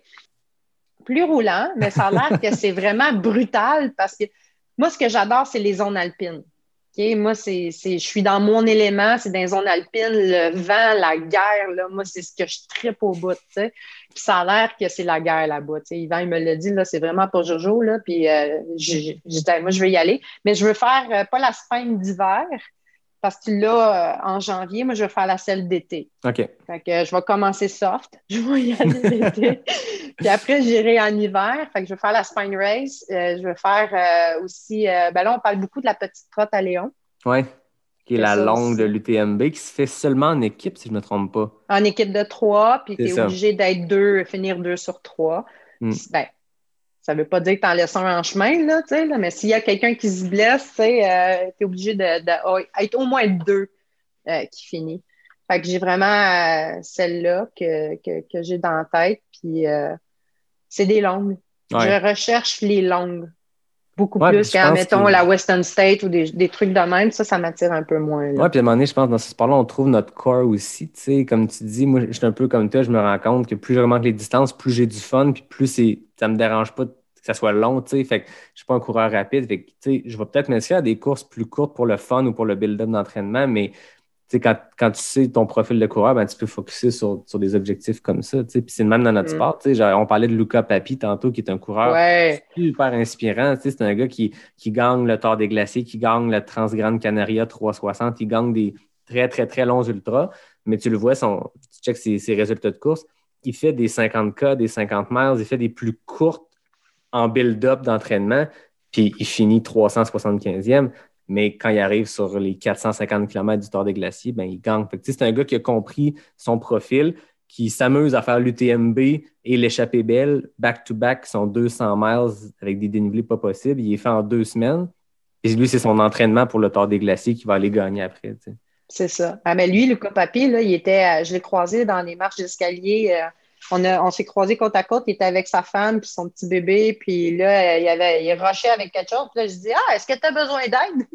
Plus roulant, mais ça a l'air que c'est vraiment brutal parce que moi, ce que j'adore, c'est les zones alpines. Okay? Moi, c'est, c'est, je suis dans mon élément, c'est dans les zones alpines, le vent, la guerre. Là, moi, c'est ce que je trippe au bout. Tu sais. Puis ça a l'air que c'est la guerre là-bas. Tu sais. Yvan, il me l'a dit, là, c'est vraiment pas Jojo. Là, puis euh, j'ai dit, moi, je veux y aller. Mais je veux faire euh, pas la Spine d'hiver. Parce que là, euh, en janvier, moi, je vais faire la selle d'été. OK. Fait que euh, je vais commencer soft. Je vais y aller l'été. Puis après, j'irai en hiver. Fait que je vais faire la Spine Race. Euh, je vais faire euh, aussi... Euh, ben là, on parle beaucoup de la petite trotte à Léon. Oui. Qui est C'est la ça longue aussi. de l'U T M B, qui se fait seulement en équipe, si je ne me trompe pas. En équipe de trois, puis tu es ça. obligé d'être deux, finir deux sur trois. Mm. Ben, ça ne veut pas dire que tu en laisses un en chemin, là, tu sais, là, mais s'il y a quelqu'un qui se blesse, tu sais, euh, tu es obligé de, de oh, être au moins deux euh, qui finit. Fait que j'ai vraiment euh, celle-là que, que, que j'ai dans la tête, puis euh, c'est des longues. Ouais. Je recherche les longues. Beaucoup ouais, plus qu'en, mettons, que... la Western State ou des, des trucs de même. Ça, ça m'attire un peu moins. Oui, puis à un moment donné, je pense que dans ce sport-là, on trouve notre corps aussi. Tu sais, comme tu dis, moi, je suis un peu comme toi, je me rends compte que plus je remonte les distances, plus j'ai du fun, puis plus c'est, ça me dérange pas que ça soit long. Tu sais, fait que je suis pas un coureur rapide. Fait que, tu sais, je vais peut-être m'inscrire à des courses plus courtes pour le fun ou pour le build-up d'entraînement, mais tu sais, quand, quand tu sais ton profil de coureur, ben, tu peux focusser sur, sur des objectifs comme ça. Tu sais. Puis c'est le même dans notre mm. sport. Tu sais, genre, on parlait de Luca Papi tantôt, qui est un coureur ouais. super inspirant. Tu sais, c'est un gars qui, qui gagne le Tour des Glaciers, qui gagne le Transgrande Canaria trois cent soixante, il gagne des très, très, très longs ultras. Mais tu le vois, son, tu checkes ses, ses résultats de course, il fait des cinquante K, des cinquante miles, il fait des plus courtes en build-up d'entraînement, puis il finit trois cent soixante-quinzième. Mais quand il arrive sur les quatre cent cinquante kilomètres du Tour des Glaciers, ben, il gagne. Fait que, c'est un gars qui a compris son profil, qui s'amuse à faire l'U T M B et l'échappée belle back-to-back, qui sont deux cents miles avec des dénivelés pas possibles. Il est fait en deux semaines. Et lui, c'est son entraînement pour le Tour des Glaciers qui va aller gagner après. T'sais. C'est ça. Ah, mais lui, Luca Papi, là, il était, je l'ai croisé dans les marches d'escalier. Euh, on, a, on s'est croisés côte à côte. Il était avec sa femme puis son petit bébé. Puis là, il, avait, il rushait avec quelque chose. Puis là, je dis, ah, est-ce que tu as besoin d'aide?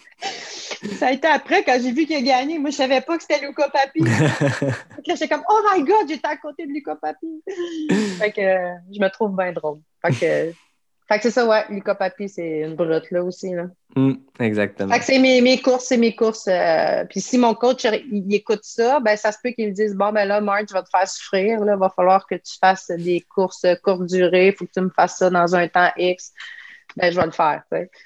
Ça a été après, quand j'ai vu qu'il a gagné. Moi, je ne savais pas que c'était Luca Papi. Là, j'étais comme, oh my God, j'étais à côté de Luca Papi. Fait que euh, je me trouve bien drôle. Fait que, fait que c'est ça, ouais. Luca Papi, c'est une brute là aussi. Là. Mm, exactement. Fait que c'est mes, mes courses, c'est mes courses. Euh, puis si mon coach il, il écoute ça, ben ça se peut qu'il me dise, bon, ben là, Marge, je vais te faire souffrir. Il va falloir que tu fasses des courses courte durée. Il faut que tu me fasses ça dans un temps X. Ben, je vais le faire, tu sais.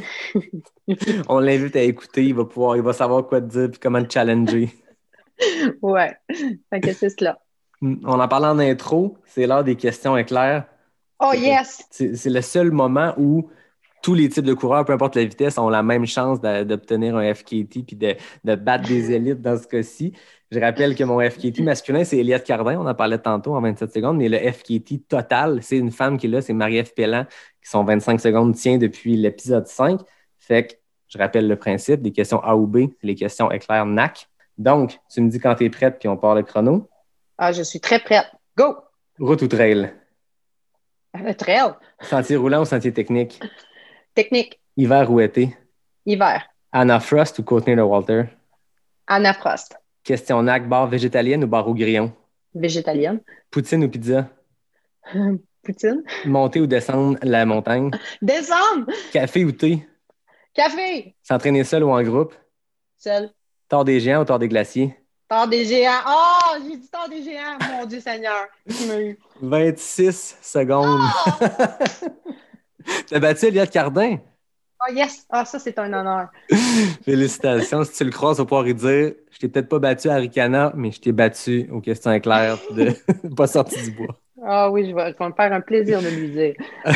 On l'invite à écouter, il va pouvoir, il va savoir quoi te dire et comment te challenger. Ouais, fait que c'est cela. On en parle en intro, c'est l'heure des questions éclairs. Oh yes! C'est, c'est le seul moment où tous les types de coureurs, peu importe la vitesse, ont la même chance de, d'obtenir un F K T puis de, de battre des élites dans ce cas-ci. Je rappelle que mon F K T masculin, c'est Eliette Cardin, on en parlait tantôt en vingt-sept secondes, mais le F K T total, c'est une femme qui est là, c'est Marie-Ève Pelland, qui sont vingt-cinq secondes tient depuis l'épisode cinq. Fait que je rappelle le principe, des questions A ou B, c'est les questions éclairs N A C. Donc, tu me dis quand tu es prête, puis on part le chrono. Ah, je suis très prête. Go! Route ou trail? Euh, trail. Sentier roulant ou sentier technique? Technique. Hiver ou été? Hiver. Anna Frost ou Courtney de Walter? Anna Frost. Question N A C, bar végétalienne ou bar au grillon? Végétalienne. Poutine ou pizza? Poutine. Monter ou descendre la montagne? Descendre! Café ou thé? Café! S'entraîner seul ou en groupe? Seul. Tort des géants ou tort des glaciers? Tort des géants. Oh, j'ai dit tort des géants. Mon Dieu Seigneur. vingt-six secondes. Oh! T'as battu Eliette Cardin? Oh yes! Ah, ça, c'est un honneur. Félicitations. Si tu le croises, tu vas pouvoir lui dire « Je t'ai peut-être pas battu à Ricana, mais je t'ai battu aux questions éclairs de pas sorti du bois. » Ah oui, je vais, je vais me faire un plaisir de lui dire.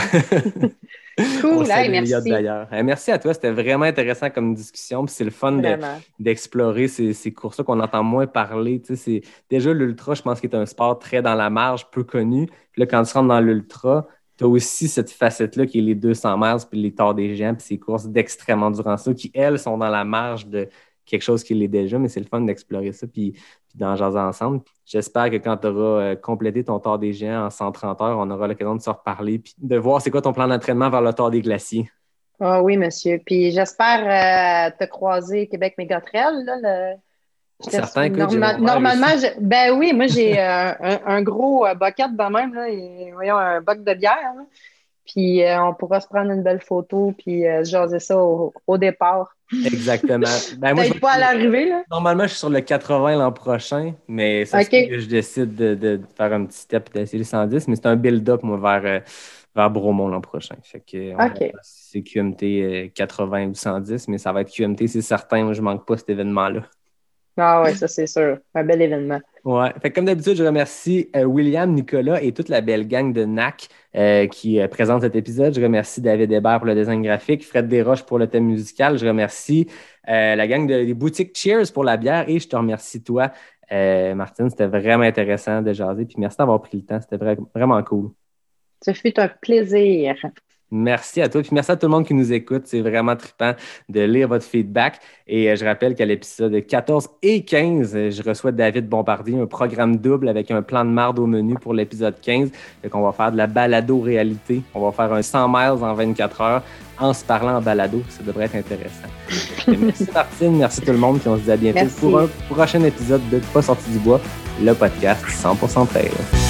Cool, hey, merci. D'ailleurs. Hey, merci à toi, c'était vraiment intéressant comme discussion. Puis c'est le fun de, d'explorer ces, ces courses-là qu'on entend moins parler. Tu sais, c'est, déjà, l'ultra, je pense qu'il est un sport très dans la marge, peu connu. Puis là, quand tu rentres dans l'ultra, tu as aussi cette facette-là qui est les deux cents miles, puis les Tours des Géants, puis ces courses d'extrême endurance qui, elles, sont dans la marge de quelque chose qui l'est déjà, mais c'est le fun d'explorer ça, puis, puis d'en jaser ensemble. Puis j'espère que quand tu auras euh, complété ton Tour des Géants en cent trente heures, on aura l'occasion de se reparler, puis de voir c'est quoi ton plan d'entraînement vers le Tour des Glaciers. Ah oui, monsieur. Puis j'espère euh, te croiser Québec Mégatrail, là, le... Certains que Norma- Normalement, je... ben oui, moi j'ai euh, un, un gros euh, bucket de même, là, et, voyons, un boc de bière. Là. Puis euh, on pourra se prendre une belle photo puis euh, jaser ça au, au départ. Exactement. Ben, moi, peut-être je... pas à l'arrivée, là. Normalement, je suis sur le quatre-vingts l'an prochain, mais ça okay. que je décide de, de, de faire un petit step et d'essayer le cent dix, mais c'est un build-up, moi, vers, euh, vers Bromont l'an prochain. Fait que on okay. va, c'est Q M T quatre-vingts ou cent dix, mais ça va être Q M T, c'est certain. Moi, je manque pas cet événement-là. Ah oui, ça c'est sûr. Un bel événement. Ouais. Fait que comme d'habitude, je remercie euh, William, Nicolas et toute la belle gang de N A C euh, qui euh, présente cet épisode. Je remercie David Hébert pour le design graphique, Fred Desroches pour le thème musical. Je remercie euh, la gang de, des boutiques Cheers pour la bière et je te remercie toi, euh, Martine. C'était vraiment intéressant de jaser. Puis merci d'avoir pris le temps. C'était vra- vraiment cool. Ce fut un plaisir. Merci à toi. Puis merci à tout le monde qui nous écoute. C'est vraiment trippant de lire votre feedback. Et euh, je rappelle qu'à l'épisode quatorze et quinze, je reçois David Bombardier, un programme double avec un plan de marde au menu pour l'épisode quinze. Fait qu'on va faire de la balado-réalité. On va faire un cent miles en vingt-quatre heures en se parlant en balado. Ça devrait être intéressant. Merci Martine, merci tout le monde. Puis on se dit à bientôt merci. Pour un prochain épisode de Pas sorti du bois, le podcast cent pour cent trail.